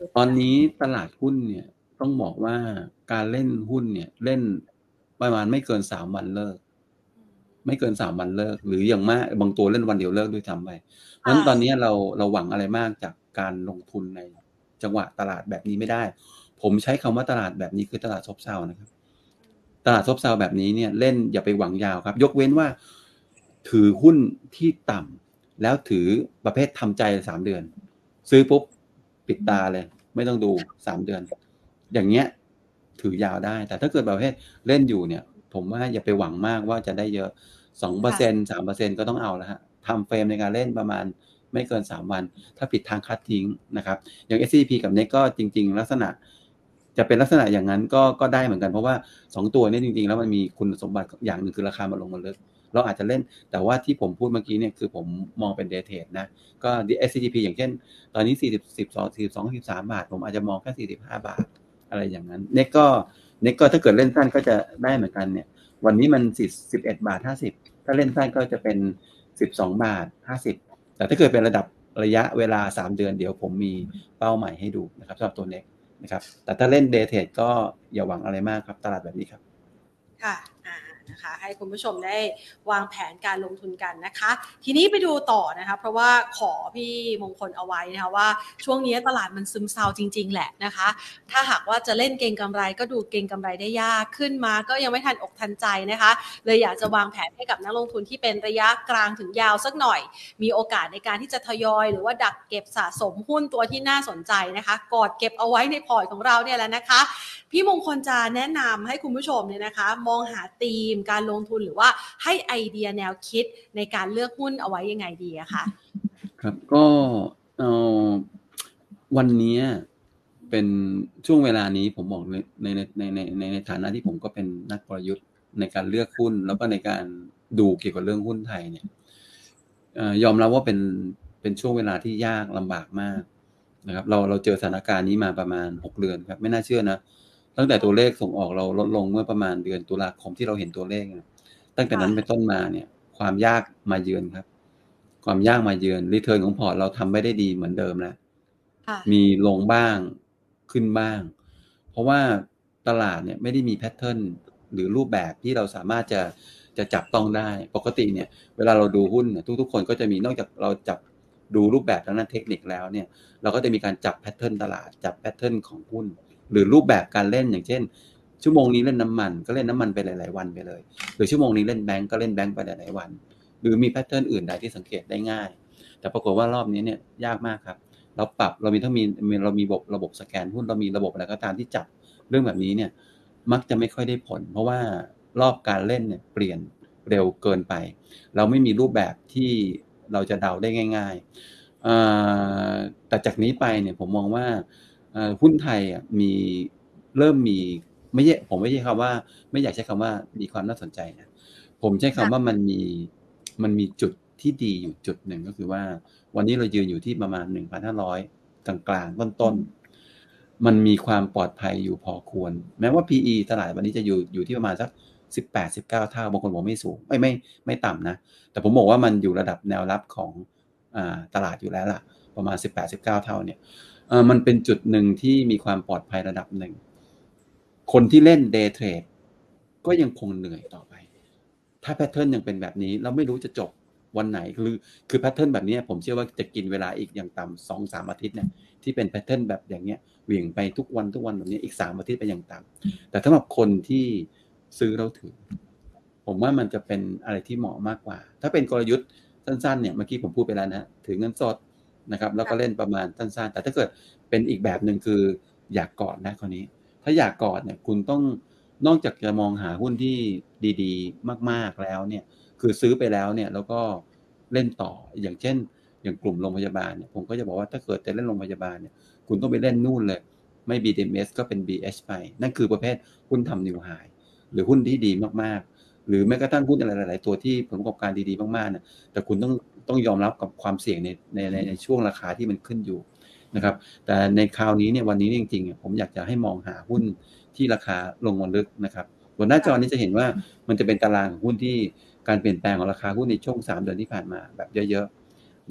ตอนนี้ตลาดหุ้นเนี่ยต้องบอกว่าการเล่นหุ้นเนี่ยเล่นประมาณไม่เกินสามวันเลิกไม่เกินสามวันเลิกหรืออย่างมากบางตัวเล่นวันเดียวเลิกด้วยซ้ำไปเพราะฉะนั้นตอนนี้เราเราหวังอะไรมากจากการลงทุนในจังหวะตลาดแบบนี้ไม่ได้ผมใช้คำว่าตลาดแบบนี้คือตลาดซบเซานะครับตลาดซบเซาแบบนี้เนี่ยเล่นอย่าไปหวังยาวครับยกเว้นว่าถือหุ้นที่ต่ำแล้วถือประเภททำใจสามเดือนซื้อปุ๊บปิดตาเลยไม่ต้องดูสามเดือนอย่างเงี้ยถือยาวได้แต่ถ้าเกิดประเภทเล่นอยู่เนี่ยผมว่าอย่าไปหวังมากว่าจะได้เยอะ สองเปอร์เซ็นต์ สามเปอร์เซ็นต์ ก็ต้องเอาแล้วฮะทำเฟรมในการเล่นประมาณไม่เกินสามวันถ้าผิดทางคัดทิ้งนะครับอย่าง เอส ซี พี กับ เน็ก ก็จริงๆลักษณะจะเป็นลักษณะอย่างนั้นก็ก็ได้เหมือนกันเพราะว่าสองตัวนี้จริงๆแล้วมันมีคุณสมบัติอย่างหนึ่งคือราคามันลงมาลึกเราอาจจะเล่นแต่ว่าที่ผมพูดเมื่อกี้เนี่ยคือผมมองเป็นเดย์เทรดนะก็ เอส ซี จี พี อย่างเช่นตอนนี้สี่สิบ สิบสอง สี่สิบสอง สิบสามบาทผมอาจจะมองแค่สี่สิบห้าบาทอะไรอย่างนั้นเน็กก็เน็กก็ถ้าเกิดเล่นสั้นก็จะได้เหมือนกันเนี่ยวันนี้มันสิบเอ็ดบาทห้าสิบถ้าเล่นสั้นก็จะเป็นสิบสองบาทห้าสิบแต่ถ้าเกิดเป็นระดับระยะเวลาสามเดือนเดี๋ยวผมมีเป้าใหม่ให้ดูนะครับสำหรับตัวเน็กนะครับแต่ถ้าเล่นเดย์เทรดก็อย่าหวังอะไรมากครับตลาดแบบนี้ครับค่ะนะคะให้คุณผู้ชมได้วางแผนการลงทุนกันนะคะทีนี้ไปดูต่อนะคะเพราะว่าขอพี่มงคลเอาไว้นะคะว่าช่วงนี้ตลาดมันซึมเซาจริงๆแหละนะคะถ้าหากว่าจะเล่นเก็งกำไรก็ดูเก็งกำไรได้ยากขึ้นมาก็ยังไม่ทันอกทันใจนะคะเลยอยากจะวางแผนให้กับนักลงทุนที่เป็นระยะกลางถึงยาวสักหน่อยมีโอกาสในการที่จะทยอยหรือว่าดักเก็บสะสมหุ้นตัวที่น่าสนใจนะคะกอดเก็บเอาไว้ในพอร์ตของเราเนี่ยแหละนะคะพี่มงคลจะแนะนำให้คุณผู้ชมเนี่ยนะคะมองหาธีมการลงทุนหรือว่าให้ไอเดียแนวคิดในการเลือกหุ้นเอาไว้ยังไงดีอะคะครับก็เอ่อวันนี้เป็นช่วงเวลานี้ผมบอกในในในในในในฐานะที่ผมก็เป็นนักกลยุทธ์ในการเลือกหุ้นแล้วก็ในการดูเกี่ยวกับเรื่องหุ้นไทยเนี่ยยอมรับว่าเป็นเป็นช่วงเวลาที่ยากลำบากมากนะครับเราเราเจอสถานการณ์นี้มาประมาณหกเดือนครับไม่น่าเชื่อนะตั้งแต่ตัวเลขส่งออกเราลดลงเมื่อประมาณเดือนตุลาคมที่เราเห็นตัวเลขตั้งแต่นั้นเป็นต้นมาเนี่ยความยากมาเยือนครับความยากมาเยือนรีเทิร์นของพอร์ตเราทำไม่ได้ดีเหมือนเดิมแล้วมีลงบ้างขึ้นบ้างเพราะว่าตลาดเนี่ยไม่ได้มีแพทเทิร์นหรือรูปแบบที่เราสามารถจะจะจับต้องได้ปกติเนี่ยเวลาเราดูหุ้นเนี่ยทุกๆคนก็จะมีนอกจากเราจับดูรูปแบบทางด้านเทคนิคแล้วเนี่ยเราก็จะมีการจับแพทเทิร์นตลาดจับแพทเทิร์นของหุ้นหรือรูปแบบการเล่นอย่างเช่นชั่วโมงนี้เล่นน้ำมันก็เล่นน้ำมันไปหลายๆวันไปเลยหรือชั่วโมงนี้เล่นแบงก์ก็เล่นแบงก์ไปหลายๆวันหรือมีแพทเทิร์นอื่นใดที่สังเกตได้ง่ายแต่ปรากฏว่ารอบนี้เนี่ยยากมากครับเราปรับเรามีทั้งมีเรามีระบบระบบสแกนหุ้นเรามีระบบอะไรก็ตามที่จับเรื่องแบบนี้เนี่ยมักจะไม่ค่อยได้ผลเพราะว่ารอบการเล่นเนี่ยเปลี่ยนเร็วเกินไปเราไม่มีรูปแบบที่เราจะเดาได้ง่ายๆแต่จากนี้ไปเนี่ยผมมองว่าหุ้นไทยมีเริ่มมีไม่ใช่ผมไม่ใช่คำว่าไม่อยากใช้คำว่ามีความน่าสนใจนะผมใช้คำว่ามันมีมันมีจุดที่ดีอยู่จุดหนึ่งก็คือว่าวันนี้เรายืนอยู่ที่ประมาณ หนึ่งพันห้าร้อย กลางๆต้นๆมันมีความปลอดภัยอยู่พอควรแม้ว่า พี อี ตลาดวันนี้จะอยู่อยู่ที่ประมาณสักสิบแปด สิบเก้าเท่าบางคนบอกไม่สูงไม่ไม่ไม่ต่ำนะแต่ผมบอกว่ามันอยู่ระดับแนวรับของอ่าตลาดอยู่แล้วล่ะประมาณสิบแปด สิบเก้าเท่าเนี่ยเอ่อมันเป็นจุดหนึ่งที่มีความปลอดภัยระดับหนึ่งคนที่เล่น day trade ก็ยังคงเหนื่อยต่อไปถ้าแพทเทิร์นยังเป็นแบบนี้เราไม่รู้จะจบวันไหนคือคือแพทเทิร์นแบบนี้ผมเชื่อว่าจะกินเวลาอีกอย่างต่ำ สองถึงสาม อาทิตย์เนี่ยที่เป็นแพทเทิร์นแบบอย่างเงี้ยเหวี่ยงไปทุกวันทุกวันแบบนี้อีกสามอาทิตย์ไปอย่างต่ำแต่สำหรับคนที่ซื้อแล้วถือผมว่ามันจะเป็นอะไรที่เหมาะมากกว่าถ้าเป็นกลยุทธ์สั้นๆเนี่ยเมื่อกี้ผมพูดไปแล้วนะถือเงินสดนะครับแล้วก็เล่นประมาณสั้นๆแต่ถ้าเกิดเป็นอีกแบบนึงคืออยากกอดนะคราวนี้ถ้าอยากกอดเนี่ยคุณต้องนอกจากจะมองหาหุ้นที่ดีๆมากๆแล้วเนี่ยคือซื้อไปแล้วเนี่ยแล้วก็เล่นต่ออย่างเช่นอย่างกลุ่มโรงพยาบาลเนี่ยผมก็จะบอกว่าถ้าเกิดจะเล่นโรงพยาบาลเนี่ยคุณต้องไปเล่นนู่นเลยไม่ บี ดี เอ็ม เอส ก็เป็น บี เอช ไปนั่นคือประเภทหุ้นทำนิวไฮหรือหุ้นที่ดีมากๆหรือแม้กระทั่งหุ้นอะไรหลายๆตัวที่ผลประกอบการดีๆมากๆเนี่ยแต่คุณต้องต้องยอมรับกับความเสี่ยงในในในในช่วงราคาที่มันขึ้นอยู่นะครับแต่ในคราวนี้เนี่ยวันนี้จริงๆผมอยากจะให้มองหาหุ้นที่ราคาลงมาลึกนะครับบนหน้าจอนี้จะเห็นว่ามันจะเป็นตารางหุ้นที่การเปลี่ยนแปลงของราคาหุ้นในช่วงสามเดือนที่ผ่านมาแบบเยอะๆ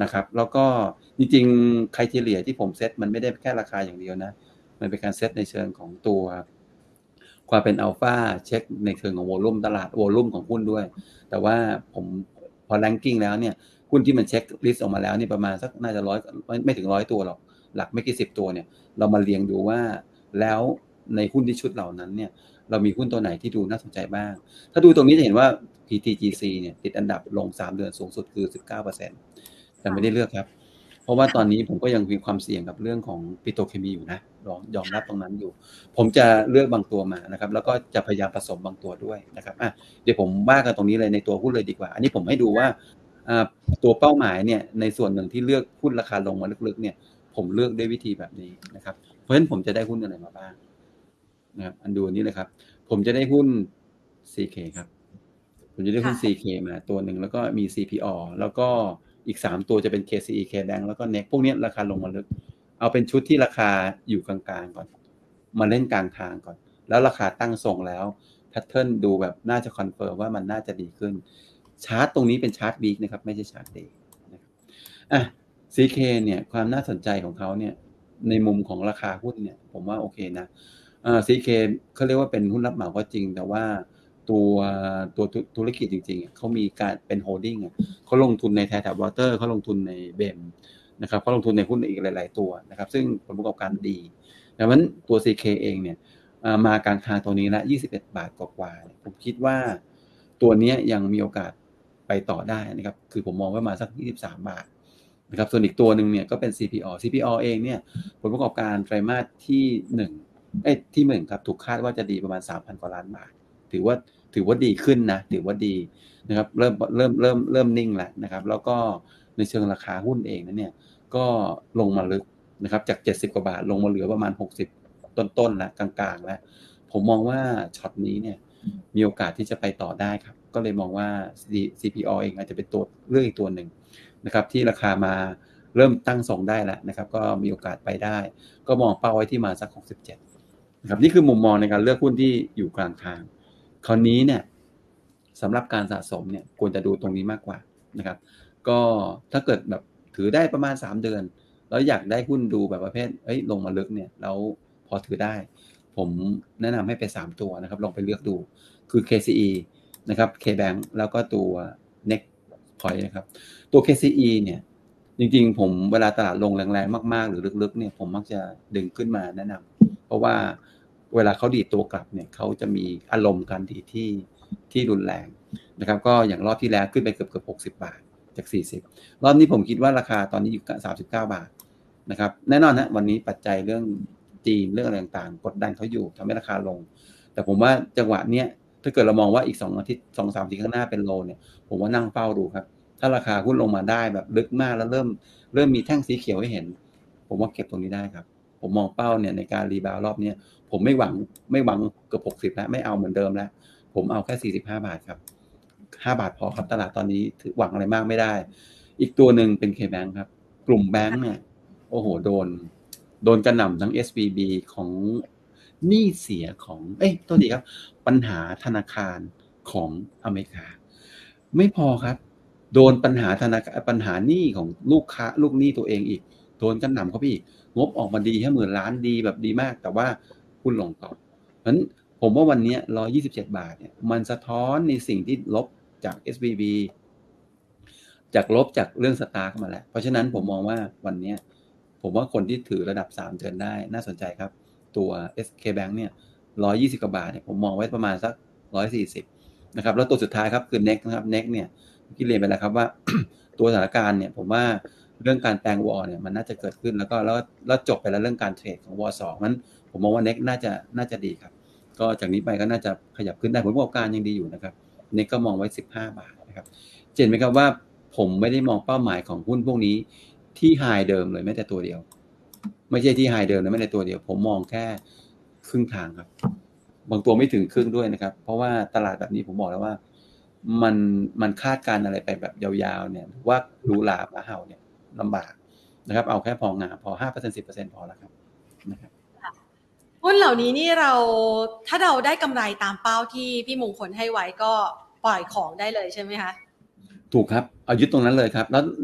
นะครับแล้วก็จริงๆ criteria ที่ผมเซตมันไม่ได้แค่ราคาอย่างเดียวนะมันเป็นการเซตในเชิงของตัวความเป็นอัลฟาเช็คในเชิงของวอลุ่มตลาดวอลุ่มของหุ้นด้วยแต่ว่าผมพอ ranking แล้วเนี่ยหุ้นที่มันเช็คลิสต์ออกมาแล้วเนี่ยประมาณสักน่าจะร้อยไม่ถึงร้อยตัวหรอกหลักไม่กี่สิบตัวเนี่ยเรามาเรียงดูว่าแล้วในหุ้นที่ชุดเหล่านั้นเนี่ยเรามีหุ้นตัวไหนที่ดูน่าสนใจบ้างถ้าดูตรงนี้จะเห็นว่า พี ที จี ซี เนี่ยติดอันดับลงสามเดือนสูงสุดคือ สิบเก้าเปอร์เซ็นต์ แต่ไม่ได้เลือกครับเพราะว่าตอนนี้ผมก็ยังมีความเสี่ยงกับเรื่องของปิโตรเคมีอยู่นะยอมรับตรงนั้นอยู่ผมจะเลือกบางตัวมานะครับแล้วก็จะพยายามผสมบางตัวด้วยนะครับอ่ะเดี๋ยวผมว่ากันตรงนี้เลยในตัวหุ้นเลยดีกว่าอันนี้ผมให้ดูว่าตัวเป้าหมายเนี่ยในส่วนหนึ่งที่เลือกหุ้นราคาลงมาลึกๆเนี่ยผมเลือกด้วยวิธีแบบนี้นะครับเพราะฉะนั้นผมจะได้หุ้นอะไรมาบ้างนะครับอันดูอันนี้เลยครับผมจะได้หุ้น ซี เค ครับผมจะได้หุ้น ซี เค มาตัวหนึ่งแล้วก็มี ซี พี อ แล้วก็อีกสามตัวจะเป็น เค ซี อี K-Bank แล้วก็ เน็ก พวกนี้ราคาลงมาลึกเอาเป็นชุดที่ราคาอยู่กลางๆก่อนมาเล่นกลางทางก่อนแล้วราคาตั้งทรงแล้วแพทเทิร์นดูแบบน่าจะคอนเฟิร์มว่ามันน่าจะดีขึ้นชาร์ตตรงนี้เป็นชาร์ตวีคนะครับไม่ใช่ชาร์ตเดย์นะครับอ่ะ ซี เค เนี่ยความน่าสนใจของเขาเนี่ยในมุมของราคาหุ้นเนี่ยผมว่าโอเคนะอ่า ซี เค เขาเรียกว่าเป็นหุ้นรับเหมาก็จริงแต่ว่าตัวตัวธุรกิจจริงๆเขามีการเป็นโฮลดิ้งเขาลงทุนในแททับวอเตอร์เขาลงทุนในเบมนะครับเขาลงทุนในหุ้นอีกหลายๆตัวนะครับซึ่งผลประกอบการดีดังนั้นตัว ซี เค เองเนี่ยมากลางทางตัวนี้ละยี่สิบเอ็ดบาทกว่าๆผมคิดว่าตัวนี้ยังมีโอกาสไปต่อได้นะครับคือผมมองว่ามาสักยี่สิบสามบาทนะครับส่วนอีกตัวหนึ่งเนี่ยก็เป็น ซี พี อ ซี พี อ เองเนี่ยผลประกอบการไตรมาสที่หนึ่งเอ้ยที่หนึ่งครับถูกคาดว่าจะดีประมาณ สามพัน กว่าล้านบาทถือว่าถือว่าดีขึ้นนะถือว่าดีนะครับเริ่มเริ่มเริ่มเริ่มนิ่งแล้วนะครับแล้วก็ในเชิงราคาหุ้นเองนั้นเนี่ยก็ลงมาลึกนะครับจากเจ็ดสิบกว่าบาทลงมาเหลือประมาณหกสิบต้นๆแล้วกลางๆแล้วผมมองว่าช็อตนี้เนี่ยมีโอกาสที่จะไปต่อได้ครับก็เลยมองว่า ซี พี อ เองอาจจะเป็นตัวเลือกอีกตัวหนึ่งนะครับที่ราคามาเริ่มตั้งทรงได้แล้วนะครับก็มีโอกาสไปได้ก็มองเป้าไว้ที่มาสักหกสิบเจ็ดนะครับนี่คือมุมมองในการเลือกหุ้นที่อยู่กลางทางคราวนี้เนี่ยสำหรับการสะสมเนี่ยควรจะดูตรงนี้มากกว่านะครับก็ถ้าเกิดแบบถือได้ประมาณสามเดือนแล้วอยากได้หุ้นดูแบบประเภทเอ้ยลงมาลึกเนี่ยแล้วพอถือได้ผมแนะนำให้ไปสามตัวนะครับลองไปเลือกดูคือ เค ซี อี นะครับ K-Bank แล้วก็ตัว เน็ก Point นะครับตัว เค ซี อี เนี่ยจริงๆผมเวลาตลาดลงแรงๆมากๆหรือลึกๆเนี่ยผมมักจะดึงขึ้นมาแนะนำเพราะว่าเวลาเขาดีดตัวกลับเนี่ยเขาจะมีอารมณ์การดีดที่ที่รุนแรงนะครับก็อย่างรอบที่แล้วขึ้นไปเกือบๆหกสิบบาทจากสี่สิบรอบนี้ผมคิดว่าราคาตอนนี้อยู่สามสิบเก้าบาทนะครับแน่นอนนะวันนี้ปัจจัยเรื่องจีนเรื่องอะไรต่างๆกดดันเขาอยู่ทำให้ราคาลงแต่ผมว่าจังหวะเนี้ยถ้าเกิดเรามองว่าอีกสองอาทิตย์ สองถึงสาม อาทิตย์ข้างหน้าเป็นโลเนี่ยผมว่านั่งเฝ้าดูครับถ้าราคาหุ้นลงมาได้แบบลึกมากแล้วเริ่มเริ่มมีแท่งสีเขียวให้เห็นผมว่าเก็บตรงนี้ได้ครับผมมองเป้าเนี่ยในการรีบาวรอบนี้ผมไม่หวังไม่หวังเกือบหกสิบแล้วไม่เอาเหมือนเดิมแล้วผมเอาแค่สี่สิบห้าบาทครับห้าบาทพอครับตลาดตอนนี้ถือหวังอะไรมากไม่ได้อีกตัวหนึ่งเป็น K-Bank ครับกลุ่มแบงค์เนี่ยโอ้โหโดนโดนกระหน่ำทั้ง เอส วี บี ของหนี้เสียของเอ้ยตัวดีครับปัญหาธนาคารของอเมริกาไม่พอครับโดนปัญหาธนาคารปัญหาหนี้ของลูกค้าลูกหนี้ตัวเองอีกโดนกระหน่ำเขาไปอีกงบออกมาดีแค่หมื่นล้านดีแบบดีมากแต่ว่าหุ้นลงต่อเพราะฉะนั้นผมว่าวันนี้หนึ่งร้อยยี่สิบเจ็ดบาทเนี่ยมันสะท้อนในสิ่งที่ลบจาก เอส วี บี จากลบจากเรื่องสตาร์กมาแล้วเพราะฉะนั้นผมมองว่าวันนี้ผมว่าคนที่ถือระดับสามเดือนได้น่าสนใจครับตัว เอส เค Bank เนี่ยหนึ่งร้อยยี่สิบกว่าบาทเนี่ยผมมองไว้ประมาณสักหนึ่งร้อยสี่สิบนะครับแล้วตัวสุดท้ายครับคือ เน็ก นะครับ เน็ก เนี่ยที่เรียนไปแล้วครับว่า ตัวสถานการณ์เนี่ยผมว่าเรื่องการแปลงวอลเนี่ยมันน่าจะเกิดขึ้นแล้วก็แล้วแล้วจบไปแล้วเรื่องการเทรดของวอลสองนั้นผมมองว่า เน็ก น่าจะน่าจะดีครับก็จากนี้ไปก็น่าจะขยับขึ้นได้ผลประกอบการยังดีอยู่นะครับ เน็ก ก็มองไว้สิบห้าบาทนะครับเห็นไหมครับว่าผมไม่ได้มองเป้าหมายของหุ้นพวกนี้ที่ไฮเดิมเลยแม้แต่ตัวเดียวไม่ใช่ที่ไฮเดิมนะไม่แต่ตัวเดียวผมมองแค่ครึ่งทางครับบางตัวไม่ถึงครึ่งด้วยนะครับเพราะว่าตลาดแบบนี้ผมบอกแล้วว่ามันมันคาดการอะไรไปแบบยาวๆเนี่ยว่ารูหลาบมาเห่าเนี่ยลำบากนะครับเอาแค่พองามพอ ห้าเปอร์เซ็นต์ สิบเปอร์เซ็นต์ พอแล้วครับนะครับหุ้นเหล่านี้นี่เราถ้าเราได้กำไรตามเป้าที่พี่มงคลให้ไว้ก็ปล่อยของได้เลยใช่ไหมคะถูกครับเอายึดตรงนั้นเลยครับแล้ว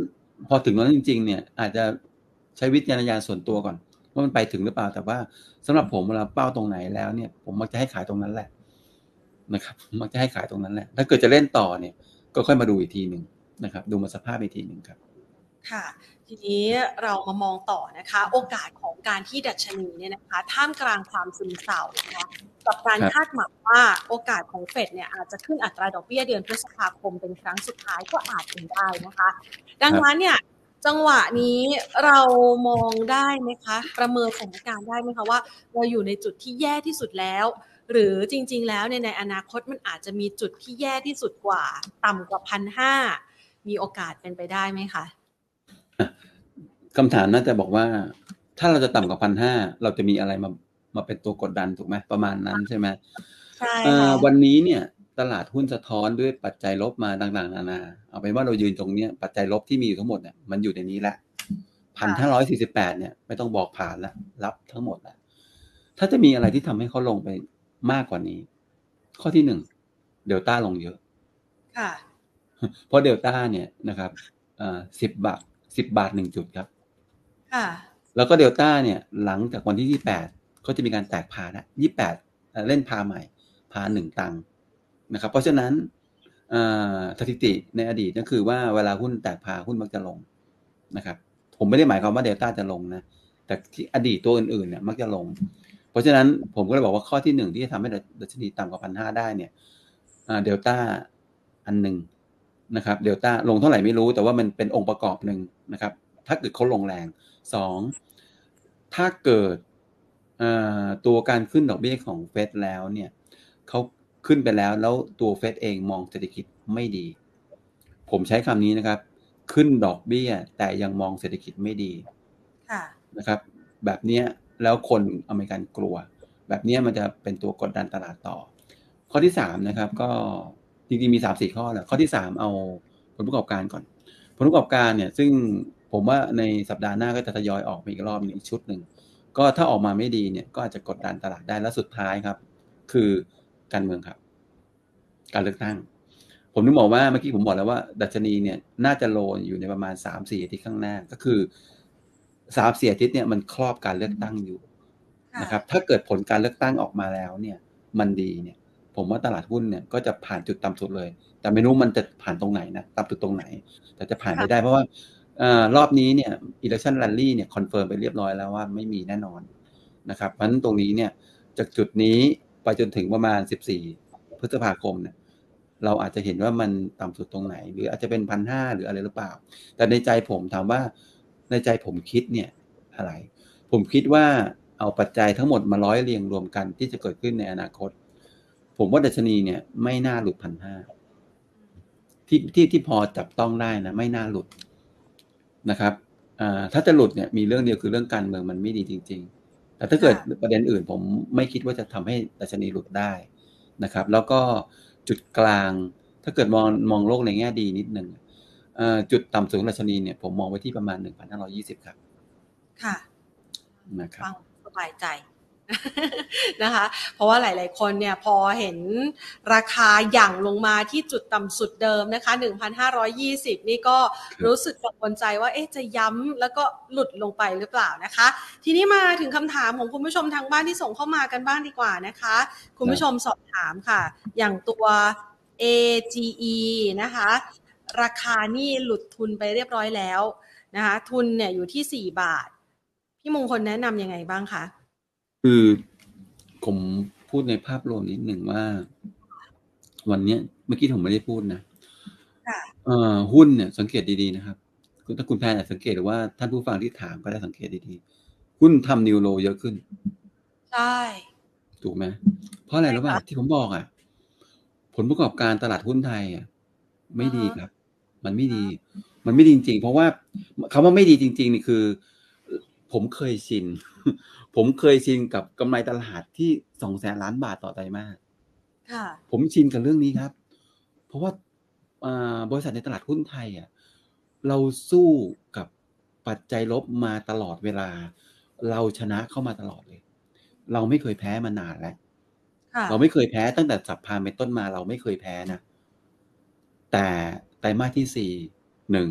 พอถึงนั้นจริงๆเนี่ยอาจจะใช้วิจารณญาณส่วนตัวก่อนว่ามันไปถึงหรือเปล่าแต่ว่าสำหรับผมเวลาเป้าตรงไหนแล้วเนี่ยผมมักจะให้ขายตรงนั้นแหละนะครับมักจะให้ขายตรงนั้นแหละถ้าเกิดจะเล่นต่อเนี่ยก็ค่อยมาดูอีกทีหนึ่งนะครับดูมาสภาพอีกทีหนึ่งครับค่ะทีนี้เรามามองต่อนะคะโอกาสของการที่ดัชนีเนี่ยนะคะท่ามกลางความซึมเศร้านะคะกับการคาดหวังว่าโอกาสของเฟดเนี่ยอาจจะขึ้นอัตราดอกเบี้ยเดือนพฤษภาคมเป็นครั้งสุดท้ายก็อาจเป็นได้นะคะดังนั้นเนี่ยจังหวะนี้เรามองได้ไหมคะประเมินสถานการณ์ได้ไหมคะว่าเราอยู่ในจุดที่แย่ที่สุดแล้วหรือจริงๆแล้วในในอนาคตมันอาจจะมีจุดที่แย่ที่สุดกว่าต่ำกว่าพันห้ามีโอกาสเป็นไปได้ไหมคะคำถามน่าจะบอกว่าถ้าเราจะต่ำกว่าพันห้าเราจะมีอะไรมามาเป็นตัวกดดันถูกไหมประมาณนั้นใช่ไหมใช่ค่ะวันนี้เนี่ยตลาดหุ้นสะท้อนด้วยปัจจัยลบมาต่างๆนานาเอาเป็นว่าเรายืนตรงนี้ปัจจัยลบที่มีอยู่ทั้งหมดเนี่ยมันอยู่ในนี้แหละพันห้าร้อยสี่สิบแปดเนี่ยไม่ต้องบอกผ่านแล้วรับทั้งหมดแล้วถ้าจะมีอะไรที่ทำให้เขาลงไปมากกว่านี้ข้อที่หนึ่งเดลต้าลงเยอะค่ะเพราะเดลต้าเนี่ยนะครับสิบบาทสิบบาทหนึ่งจุดครับค่ะแล้วก็เดลต้าเนี่ยหลังจากวันที่ยี่สิบแปดเขาจะมีการแตกพานะยี่สิบแปดเล่นพาใหม่พาหนึ่งตังค์นะครับเพราะฉะนั้นสถิติในอดีตก็คือว่าเวลาหุ้นแตกพาหุ้นมักจะลงนะครับผมไม่ได้หมายความว่าเดลต้าจะลงนะแต่ที่อดีตตัวอื่นๆเนี่ยมักจะลงเพราะฉะนั้นผมก็เลยบอกว่าข้อที่หนึ่งที่จะทำให้ดัชนีต่ำกว่าพันห้าได้เนี่ยเดลต้าอันหนึ่งนะครับเดลต้าลงเท่าไหร่ไม่รู้แต่ว่ามันเป็นองค์ประกอบหนึ่งนะครับถ้าเกิดเขาลงแรงสองถ้าเกิดตัวการขึ้นดอกเบี้ยของเฟดแล้วเนี่ยเขาขึ้นไปแล้วแล้วตัวเฟดเองมองเศรษฐกิจไม่ดีผมใช้คำนี้นะครับขึ้นดอกเบี้ยแต่ยังมองเศรษฐกิจไม่ดีนะครับแบบนี้แล้วคนอเมริกันกลัวแบบนี้มันจะเป็นตัวกดดันตลาดต่อข้อที่สามนะครับก็จริงๆมี สามสี่ ข้อแหละข้อที่สามเอาผลประกอบการก่อนผลประกอบการเนี่ยซึ่งผมว่าในสัปดาห์หน้าก็จะทยอยออกมาอีกรอบนึงอีกชุดหนึ่งก็ถ้าออกมาไม่ดีเนี่ยก็อาจจะกดดันตลาดได้แล้วสุดท้ายครับคือการเมืองครับการเลือกตั้งผมนึกบอกว่าเมื่อกี้ผมบอกแล้วว่าดัชนีเนี่ยน่าจะโลอยู่ในประมาณ สามสี่ อาทิตย์ข้างหน้าก็คือ สามสี่ อาทิตย์เนี่ยมันครอบการเลือกตั้งอยู่นะครับถ้าเกิดผลการเลือกตั้งออกมาแล้วเนี่ยมันดีเนี่ยผมว่าตลาดหุ้นเนี่ยก็จะผ่านจุดต่ำสุดเลยแต่ไม่รู้มันจะผ่านตรงไหนนะต่ำสุดตรงไหนแต่จะผ่านไปได้เพราะว่ารอบนี้เนี่ย election rally เนี่ยคอนเฟิร์มไปเรียบร้อยแล้วว่าไม่มีแน่นอนนะครับเพราะฉะนั้นตรงนี้เนี่ยจากจุดนี้ไปจนถึงประมาณสิบสี่พฤษภาคมเนี่ยเราอาจจะเห็นว่ามันต่ำสุดตรงไหนหรืออาจจะเป็น หนึ่งพันห้าร้อย หรืออะไรหรือเปล่าแต่ในใจผมถามว่าในใจผมคิดเนี่ยอะไรผมคิดว่าเอาปัจจัยทั้งหมดมาร้อยเรียงรวมกันที่จะเกิดขึ้นในอนาคตผมว่าดัชนีเนี่ยไม่น่าหลุด หนึ่งพันห้าร้อย ที่ที่ที่พอจับต้องได้นะไม่น่าหลุดนะครับถ้าจะหลุดเนี่ยมีเรื่องเดียวคือเรื่องการเมืองมันไม่ดีจริงๆแต่ถ้าเกิดประเด็นอื่นผมไม่คิดว่าจะทำให้ดัชนีหลุดได้นะครับแล้วก็จุดกลางถ้าเกิดมองมองโลกในแง่ดีนิดนึงจุดต่ำสุดของดัชนีเนี่ยผมมองไว้ที่ประมาณ หนึ่งพันห้าร้อยยี่สิบ ครับค่ะนะครับฟังสบายใจนะคะเพราะว่าหลายๆคนเนี่ยพอเห็นราคาหยั่งลงมาที่จุดต่ำสุดเดิมนะคะ หนึ่งพันห้าร้อยยี่สิบ นี่ก็รู้สึกกังวลใจว่าเอ๊ะจะย้ำแล้วก็หลุดลงไปหรือเปล่านะคะทีนี้มาถึงคำถามของคุณผู้ชมทางบ้านที่ส่งเข้ามากันบ้างดีกว่านะคะคุณผู้ชมสอบถามค่ะอย่างตัว เอ จี อี นะคะราคานี่หลุดทุนไปเรียบร้อยแล้วนะคะทุนเนี่ยอยู่ที่สี่บาทพี่มงคลแนะนำยังไงบ้างคะคือผมพูดในภาพรวมนิดหนึ่งว่าวันนี้เมื่อกี้ผมไม่ได้พูดนะหุ้นเนี่ยสังเกตดีๆนะครับถ้าคุณแพนสังเกตหรือว่าท่านผู้ฟังที่ถามก็ได้สังเกตดีๆหุ้นทำนิวโลเยอะขึ้นใช่ถูกไหมเพราะอะไรรู้ป่ะที่ผมบอกอ่ะผลประกอบการตลาดหุ้นไทยอ่ะไม่ดีครับมันไม่ดีมันไม่ดีจริงๆเพราะว่าคำว่าไม่ดีจริงๆนี่คือผมเคยชินผมเคยชินกับกำไรตลาดที่สองแสนล้านบาทต่อไตรมาสผมชินกับเรื่องนี้ครับเพราะว่าบริษัทในตลาดหุ้นไทยอ่ะเราสู้กับปัจจัยลบมาตลอดเวลาเราชนะเข้ามาตลอดเลยเราไม่เคยแพ้มานานแล้วเราไม่เคยแพ้ตั้งแต่สัปดาห์เป็นต้นมาเราไม่เคยแพ้นะแต่ไตรมาสที่สี่หนึ่ง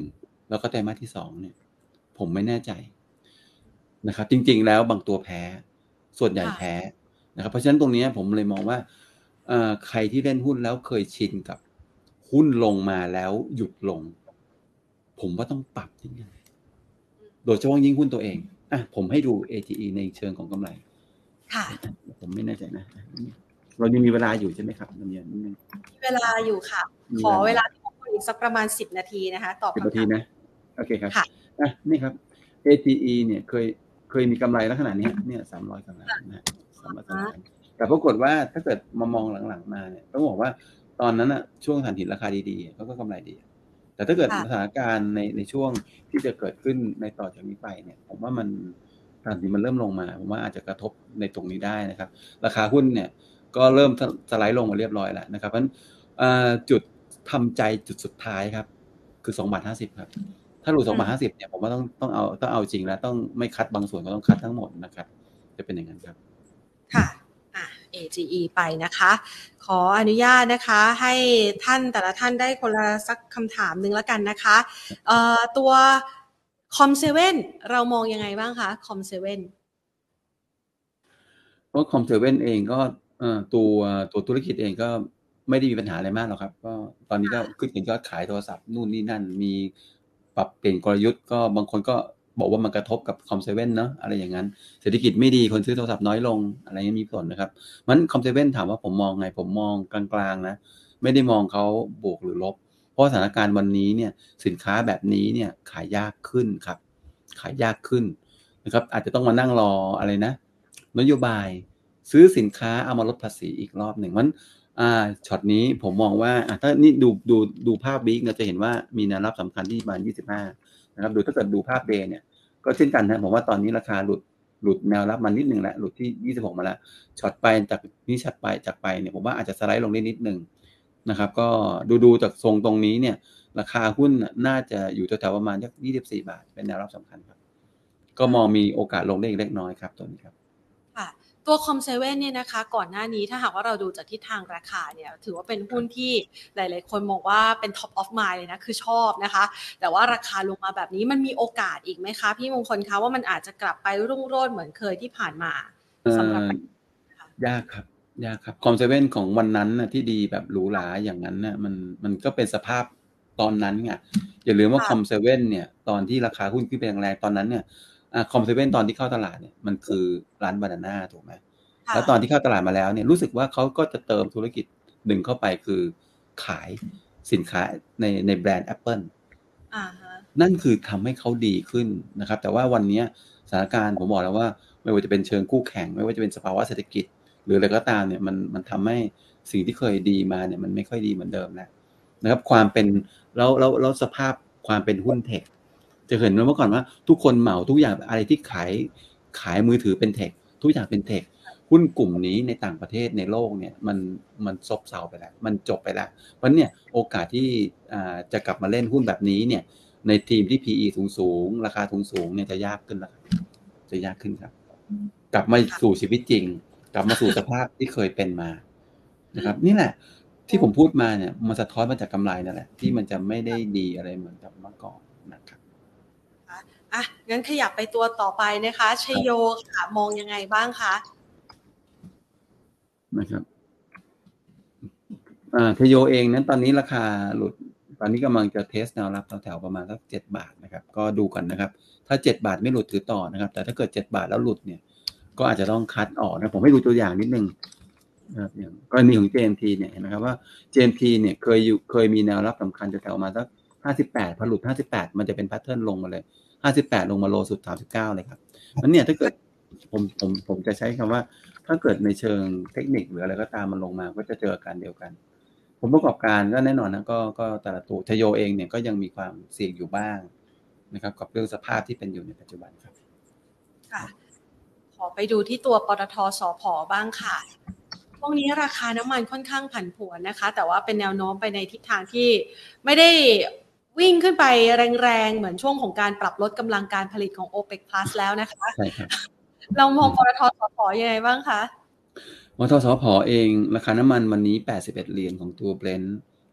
แล้วก็ไตรมาสที่สองเนี่ยผมไม่แน่ใจนะครับจริงๆแล้วบางตัวแพ้ส่วนใหญ่แพ้นะครับเพราะฉะนั้นตรงนี้ผมเลยมองว่าใครที่เล่นหุ้นแล้วเคยชินกับหุ้นลงมาแล้วหยุดลงผมว่าต้องปรับนิดนึงโดยเฉพาะยิ่งหุ้นตัวเองอ่ะผมให้ดู เอ ที อี ในเชิงของกำไรค่ะผมไม่แน่ใจนะเรายังมีเวลาอยู่ใช่ไหมครับน้ำเย็นนิดนึงมีเวลาอยู่ค่ะขอเวลาที่พูดอีกสักประมาณสิบนาทีนะคะตอบคำถามสิบนาทีนะโอเคครับอ่ะนี่ครับ เอ ที อี เนี่ยเคยเคยมีกำไรลักษณะนี้เนี่ยสามร้อยกำไรนะสามร้อยกำไรแต่ปรากฏว่าถ้าเกิดมามองหลังๆมาเนี่ยต้องบอกว่าตอนนั้นอ่ะช่วงถ่านหินราคาดีๆเขาก็กำไรดีแต่ถ้าเกิดสถานการณ์ในในช่วงที่จะเกิดขึ้นในต่อจากนี้ไปเนี่ยผมว่ามันถ่านหินมันเริ่มลงมาผมว่าอาจจะกระทบในตรงนี้ได้นะครับราคาหุ้นเนี่ยก็เริ่มสไลด์ลงมาเรียบร้อยแล้วนะครับเพราะฉะนั้นจุดทำใจจุดสุดท้ายครับคือสองบาทห้าสิบครับถ้าหลุดสองบาทห้าสิบเนี่ยผมว่าต้องต้องเอาต้องเอาจริงแล้วต้องไม่คัดบางส่วนก็ต้องคัดทั้งหมดนะครับจะเป็นอย่างนั้นครับค่ะอ่ะ เอ จี อี ไปนะคะขออนุญาตนะคะให้ท่านแต่ละท่านได้คนละสักคำถามนึงแล้วกันนะคะเอ่อตัวคอมเซเว่นเรามองยังไงบ้างคะคอมเซเว่นเพราะคอมเซเว่นเองก็ตัวตัวธุรกิจเองก็ไม่ได้มีปัญหาอะไรมากหรอกครับก็ตอนนี้ก็ขึ้นเห็นยอดขายโทรศัพท์นู่นนี่นั่นมีปรับเปลี่ยนกลยุทธ์ก็บางคนก็บอกว่ามันกระทบกับคอมเซเว่นเนาะอะไรอย่างนั้นเศรษฐกิจไม่ดีคนซื้อโทรศัพท์น้อยลงอะไรนี้มีผลนะครับมันคอมเซเว่นถามว่าผมมองไงผมมองกลางๆนะไม่ได้มองเขาบวกหรือลบเพราะสถานการณ์วันนี้เนี่ยสินค้าแบบนี้เนี่ยขายยากขึ้นครับขายยากขึ้นนะครับอาจจะต้องมานั่งรออะไรนะนโยบายซื้อสินค้าเอามาลดภาษีอีกรอบหนึ่งมันอ่าช็อตนี้ผมมองว่าถ้านี่ดูดูดูภาพบิ๊กเราจะเห็นว่ามีแนวรับสำคัญที่ประมาณยี่สิบห้านะครับดูถ้าเกิดดูภาพเดย์เนี่ยก็เช่นกันนะผมว่าตอนนี้ราคาหลุดหลุดแนวรับมานิดนึงแล้วหลุดที่ยี่สิบหกมาแล้วช็อตไปจากนี้ช็อตไปจากไปเนี่ยผมว่าอาจจะสไลด์ลงได้นิดนึงนะครับก็ดูดูจากทรงตรงนี้เนี่ยราคาหุ้นน่าจะอยู่แถวๆประมาณสักยี่สิบสี่บาทเป็นแนวรับสำคัญครับก็มองมีโอกาสลงได้อีกเล็กน้อยครับตัวนี้ครับตัวคอมเซเว่นเนี่ยนะคะก่อนหน้านี้ถ้าหากว่าเราดูจากทิศทางราคาเนี่ยถือว่าเป็นหุ้นที่หลายๆคนมองว่าเป็น top of mind เลยนะคือชอบนะคะแต่ว่าราคาลงมาแบบนี้มันมีโอกาสอีกไหมคะพี่มงคลคะว่ามันอาจจะกลับไปรุ่งโรจน์เหมือนเคยที่ผ่านมาสำหรับยากครับยากครับคอมเซเว่นของวันนั้นนะที่ดีแบบหรูหราอย่างนั้นนะมันมันก็เป็นสภาพตอนนั้นไงอย่าลืมว่าคอมเซเว่นเนี่ยตอนที่ราคาหุ้นขึ้นไปแรงๆตอนนั้นเนี่ยคอมเซเว่นตอนที่เข้าตลาดเนี่ยมันคือร้านบานาน่าถูกไหมแล้วตอนที่เข้าตลาดมาแล้วเนี่ยรู้สึกว่าเขาก็จะเติมธุรกิจหนึ่งเข้าไปคือขายสินค้าในในแบรนด์ Apple นั่นคือทำให้เขาดีขึ้นนะครับแต่ว่าวันนี้สถานการณ์ผมบอกแล้วว่าไม่ว่าจะเป็นเชิงคู่แข่งไม่ว่าจะเป็นสภาวะเศรษฐกิจหรืออะไรก็ตามเนี่ยมันมันทำให้สิ่งที่เคยดีมาเนี่ยมันไม่ค่อยดีเหมือนเดิมแล้วนะครับความเป็นแล้วแล้วแล้วสภาพความเป็นหุ้นเทคจะเห็นเมื่อก่อนว่าทุกคนเหมาทุกอย่างอะไรที่ขายขายมือถือเป็นเทคทุกอย่างเป็นเทคหุ้นกลุ่มนี้ในต่างประเทศในโลกเนี่ยมันมันซบเซาไปแล้วมันจบไปแล้วเพราะเนี่ยโอกาสที่จะกลับมาเล่นหุ้นแบบนี้เนี่ยในทีมที่ พี อี สูงๆราคาสูงๆเนี่ยจะยากขึ้นแล้วจะยากขึ้นครับกลับมาสู่ชีวิตจริงกลับมาสู่สภาพที่เคยเป็นมานะครับนี่แหละที่ผมพูดมาเนี่ยมันสะท้อนมาจากกำไรนั่นแหละที่มันจะไม่ได้ดีอะไรเหมือนกับเมื่อก่อนนะครับอ่ะงั้นขยับไปตัวต่อไปนะคะชัยโยค่ะมองยังไงบ้างคะนะครับอ่าชัยโยเองนั้นตอนนี้ราคาหลุดตอนนี้กำลังจะเทสแนวรับแถวๆประมาณสักเจ็ดบาทนะครับก็ดูกันนะครับถ้าเจ็ดบาทไม่หลุดถือต่อนะครับแต่ถ้าเกิดเจ็ดบาทแล้วหลุดเนี่ยก็อาจจะต้องคัดออกนะผมให้ดูตัวอย่างนิดนึงนะครับอย่างกรณีของ เจ เอ็ม ที เนี่ยเห็นไหมครับว่า เจ เอ็ม ที เนี่ยเคยอยู่เคยมีแนวรับสำคัญแถวๆมาสักห้าสิบแปดพอหลุดห้าสิบแปดมันจะเป็นแพทเทิร์นลงมาเลยห้าสิบแปดลงมาโลสุดสามสิบเก้าเลยครับมันเนี่ยถ้าเกิดผมผมผมจะใช้คำว่าถ้าเกิดในเชิงเทคนิคหรืออะไรก็ตามมันลงมาก็จะเจออาการเดียวกันผมประกอบการก็แน่นอนนะก็ก็แต่ละตัวทโยเองเนี่ยก็ยังมีความเสี่ยงอยู่บ้างนะครับกับเรื่องสภาพที่เป็นอยู่ในปัจจุบันครับค่ะขอไปดูที่ตัวปตท.สผ.บ้างค่ะช่วงนี้ราคาน้ำมันค่อนข้างผันผวนนะคะแต่ว่าเป็นแนวโน้มไปในทิศทางที่ไม่ได้วิ่งขึ้นไปแรงๆเหมือนช่วงของการปรับลดกำลังการผลิตของ โอเปก Plus แล้วนะคะใช่ครับเรามองปตท.สผ.ยังไงบ้างคะปตท.สผ.เองราคาน้ำมันวันนี้แปดสิบเอ็ดเหรียญของตัว Brent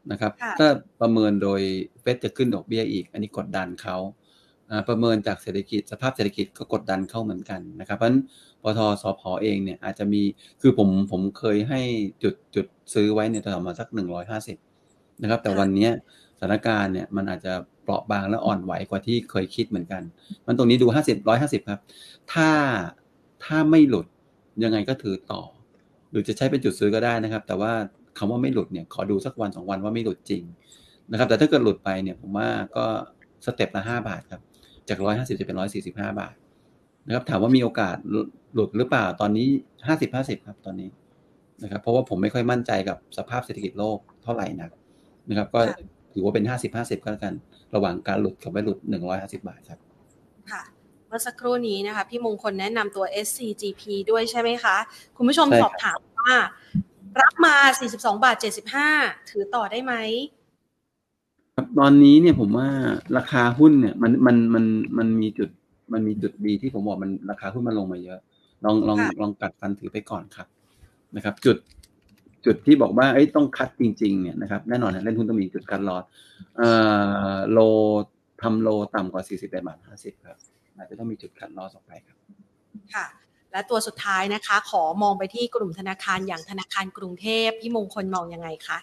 นะครับค่ะถ้าประเมินโดยเฟดจะขึ้นดอกเบี้ยอีกอันนี้กดดันเขาอ่าประเมินจากเศรษฐกิจสภาพเศรษฐกิจก็กดดันเข้าเหมือนกันนะครับเพราะฉะนั้นปทสผเองเนี่ยอาจจะมีคือผมผมเคยให้จุดจุดซื้อไว้เนี่ยประมาณสักหนึ่งร้อยห้าสิบนะครับแต่วันค่ะเนี้ยสถานการณ์เนี่ยมันอาจจะเปราะบางและอ่อนไหวกว่าที่เคยคิดเหมือนกันมันตรงนี้ดูห้าสิบ หนึ่งร้อยห้าสิบครับถ้าถ้าไม่หลุดยังไงก็ถือต่อหรือจะใช้เป็นจุดซื้อก็ได้นะครับแต่ว่าคำว่าไม่หลุดเนี่ยขอดูสักวันสองวันว่าไม่หลุดจริงนะครับแต่ถ้าเกิดหลุดไปเนี่ยผมว่าก็สเต็ปละห้าบาทครับจากหนึ่งร้อยห้าสิบจะเป็นหนึ่งร้อยสี่สิบห้าบาทนะครับถามว่ามีโอกาสหลุดหรือเปล่าตอนนี้ห้าสิบ ห้าสิบครับตอนนี้นะครับเพราะว่าผมไม่ค่อยมั่นใจกับสภาพเศรษฐกิจโลกเท่าไหร่นักนะครับก็ถือว่าเป็นห้าสิบ ห้าสิบก็แล้วกันระหว่างการหลุดกับไม่หลุดหนึ่งร้อยห้าสิบบาทครับค่ะเมื่อสักครู่นี้นะคะพี่มงคลแนะนำตัว เอส ซี จี พี ด้วยใช่ไหมคะคุณผู้ชมสอบถามว่ารับมาสี่สิบสองบาทเจ็ดสิบห้าถือต่อได้ไหมครับตอนนี้เนี่ยผมว่าราคาหุ้นเนี่ยมันมันมันมันมีจุดมันมีจุดดีที่ผมบอกมันราคาหุ้นมันลงมาเยอะลองลองลองกัดฟันถือไปก่อนครับนะครับจุดจุดที่บอกว่าเอ้ยต้องคัดจริงๆเนี่ยนะครับแน่นอนนะเล่นหุ้นต้องมีจุดคัดลอสเอ่อโลทำโลต่ำกว่าสี่สิบแปดบาทห้าสิบครับอาจจะต้องมีจุดคัดลอสออกไปครับค่ะและตัวสุดท้ายนะคะขอมองไปที่กลุ่มธนาคารอย่างธนาคารกรุงเทพพี่มงคลมองยังไงคะ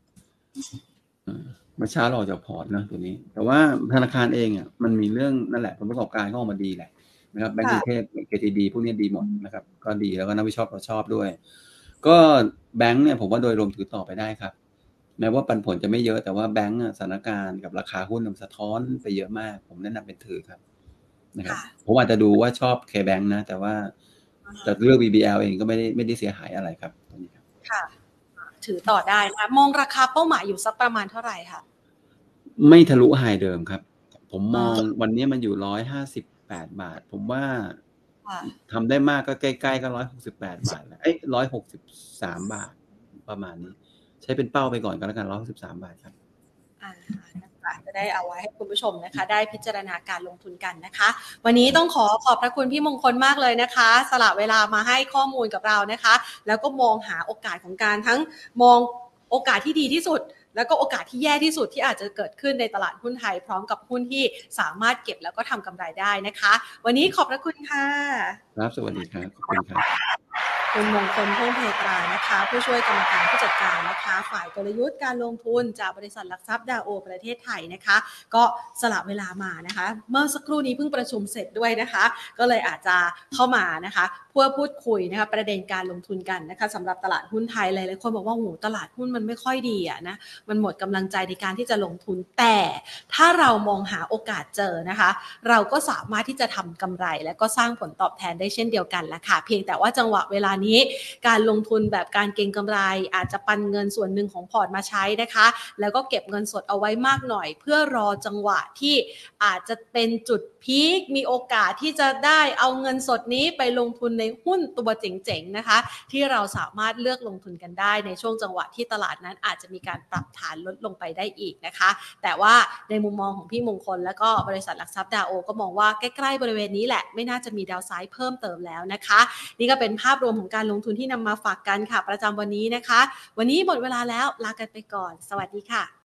เมื่อเช้าเราออกจากพอร์ตนะตัวนี้แต่ว่าธนาคารเองอ่ะมันมีเรื่องนั่นแหละผลประกอบการก็ออกมาดีแหละนะครับแบงก์กรุงเทพ เค ที ดี พวกนี้ดีหมดนะครับก็ดีแล้วก็นักวิชาการชอบด้วยก็แบงก์เนี่ยผมว่าโดยรวมถือต่อไปได้ครับแม้ว่าปันผลจะไม่เยอะแต่ว่าแบงก์สถานการณ์กับราคาหุ้นมันสะท้อนไปเยอะมากผมแนะนำเป็นถือครับนะครับผมอาจจะดูว่าชอบ K-Bank นะแต่ว่าแต่เลือก บี บี แอล เองก็ไม่ได้ไม่ได้เสียหายอะไรครับตรงนี้ครับค่ะถือต่อได้นะคะมองราคาเป้าหมายอยู่สักประมาณเท่าไหร่คะไม่ทะลุไฮเดิมครับผมมองวันนี้มันอยู่หนึ่งร้อยห้าสิบแปดบาทผมว่าทำได้มากก็ใกล้ๆก็หนึ่งร้อยหกสิบแปดบาทแล้วเอ้ยหนึ่งร้อยหกสิบสามบาทประมาณนี้ใช้เป็นเป้าไปก่อนก็แล้วกันหนึ่งร้อยหกสิบสามบาทครับอ่านะคะจะได้เอาไว้ให้คุณผู้ชมนะคะได้พิจารณาการลงทุนกันนะคะวันนี้ต้องขอขอบพระคุณพี่มงคลมากเลยนะคะสละเวลามาให้ข้อมูลกับเรานะคะแล้วก็มองหาโอกาสของการทั้งมองโอกาสที่ดีที่สุดแล้วก็โอกาสที่แย่ที่สุดที่อาจจะเกิดขึ้นในตลาดหุ้นไทยพร้อมกับหุ้นที่สามารถเก็บแล้วก็ทำกำไรได้นะคะวันนี้ขอบพระคุณค่ะครับสวัสดีครับขอบคุณครับคุณมงคลพงษ์เพตรานะคะผู้ช่วยกรรมการผู้จัดการนะคะฝ่ายกลยุทธ์การลงทุนจากบริษัทหลักทรัพย์ดาโอประเทศไทยนะคะก็สละเวลามานะคะเมื่อสักครู่นี้เพิ่งประชุมเสร็จด้วยนะคะก็เลยอาจจะเข้ามานะคะเพื่อพูดคุยนะคะประเด็นการลงทุนกันนะคะสำหรับตลาดหุ้นไทยหลายๆคนบอกว่าโอ้โหตลาดหุ้นมันไม่ค่อยดีอะนะมันหมดกำลังใจในการที่จะลงทุนแต่ถ้าเรามองหาโอกาสเจอนะคะเราก็สามารถที่จะทำกำไรและก็สร้างผลตอบแทนได้เช่นเดียวกันแหละค่ะเพียงแต่ว่าจังหวะเวลานี้การลงทุนแบบการเก็งกำไรอาจจะปันเงินส่วนหนึ่งของพอร์ตมาใช้นะคะแล้วก็เก็บเงินสดเอาไว้มากหน่อยเพื่อรอจังหวะที่อาจจะเป็นจุดพีคมีโอกาสที่จะได้เอาเงินสดนี้ไปลงทุนในหุ้นตัวเจ๋งๆนะคะที่เราสามารถเลือกลงทุนกันได้ในช่วงจังหวะที่ตลาดนั้นอาจจะมีการปรับฐานลดลงไปได้อีกนะคะแต่ว่าในมุมมองของพี่มงคลแล้วก็บริษัทหลักทรัพย์ดาโอก็มองว่าใกล้ๆบริเวณนี้แหละไม่น่าจะมีดาวไซด์เพิ่มเติมแล้วนะคะนี่ก็เป็นภาพรวมของการลงทุนที่นำมาฝากกันค่ะประจำวันนี้นะคะวันนี้หมดเวลาแล้วลากันไปก่อนสวัสดีค่ะ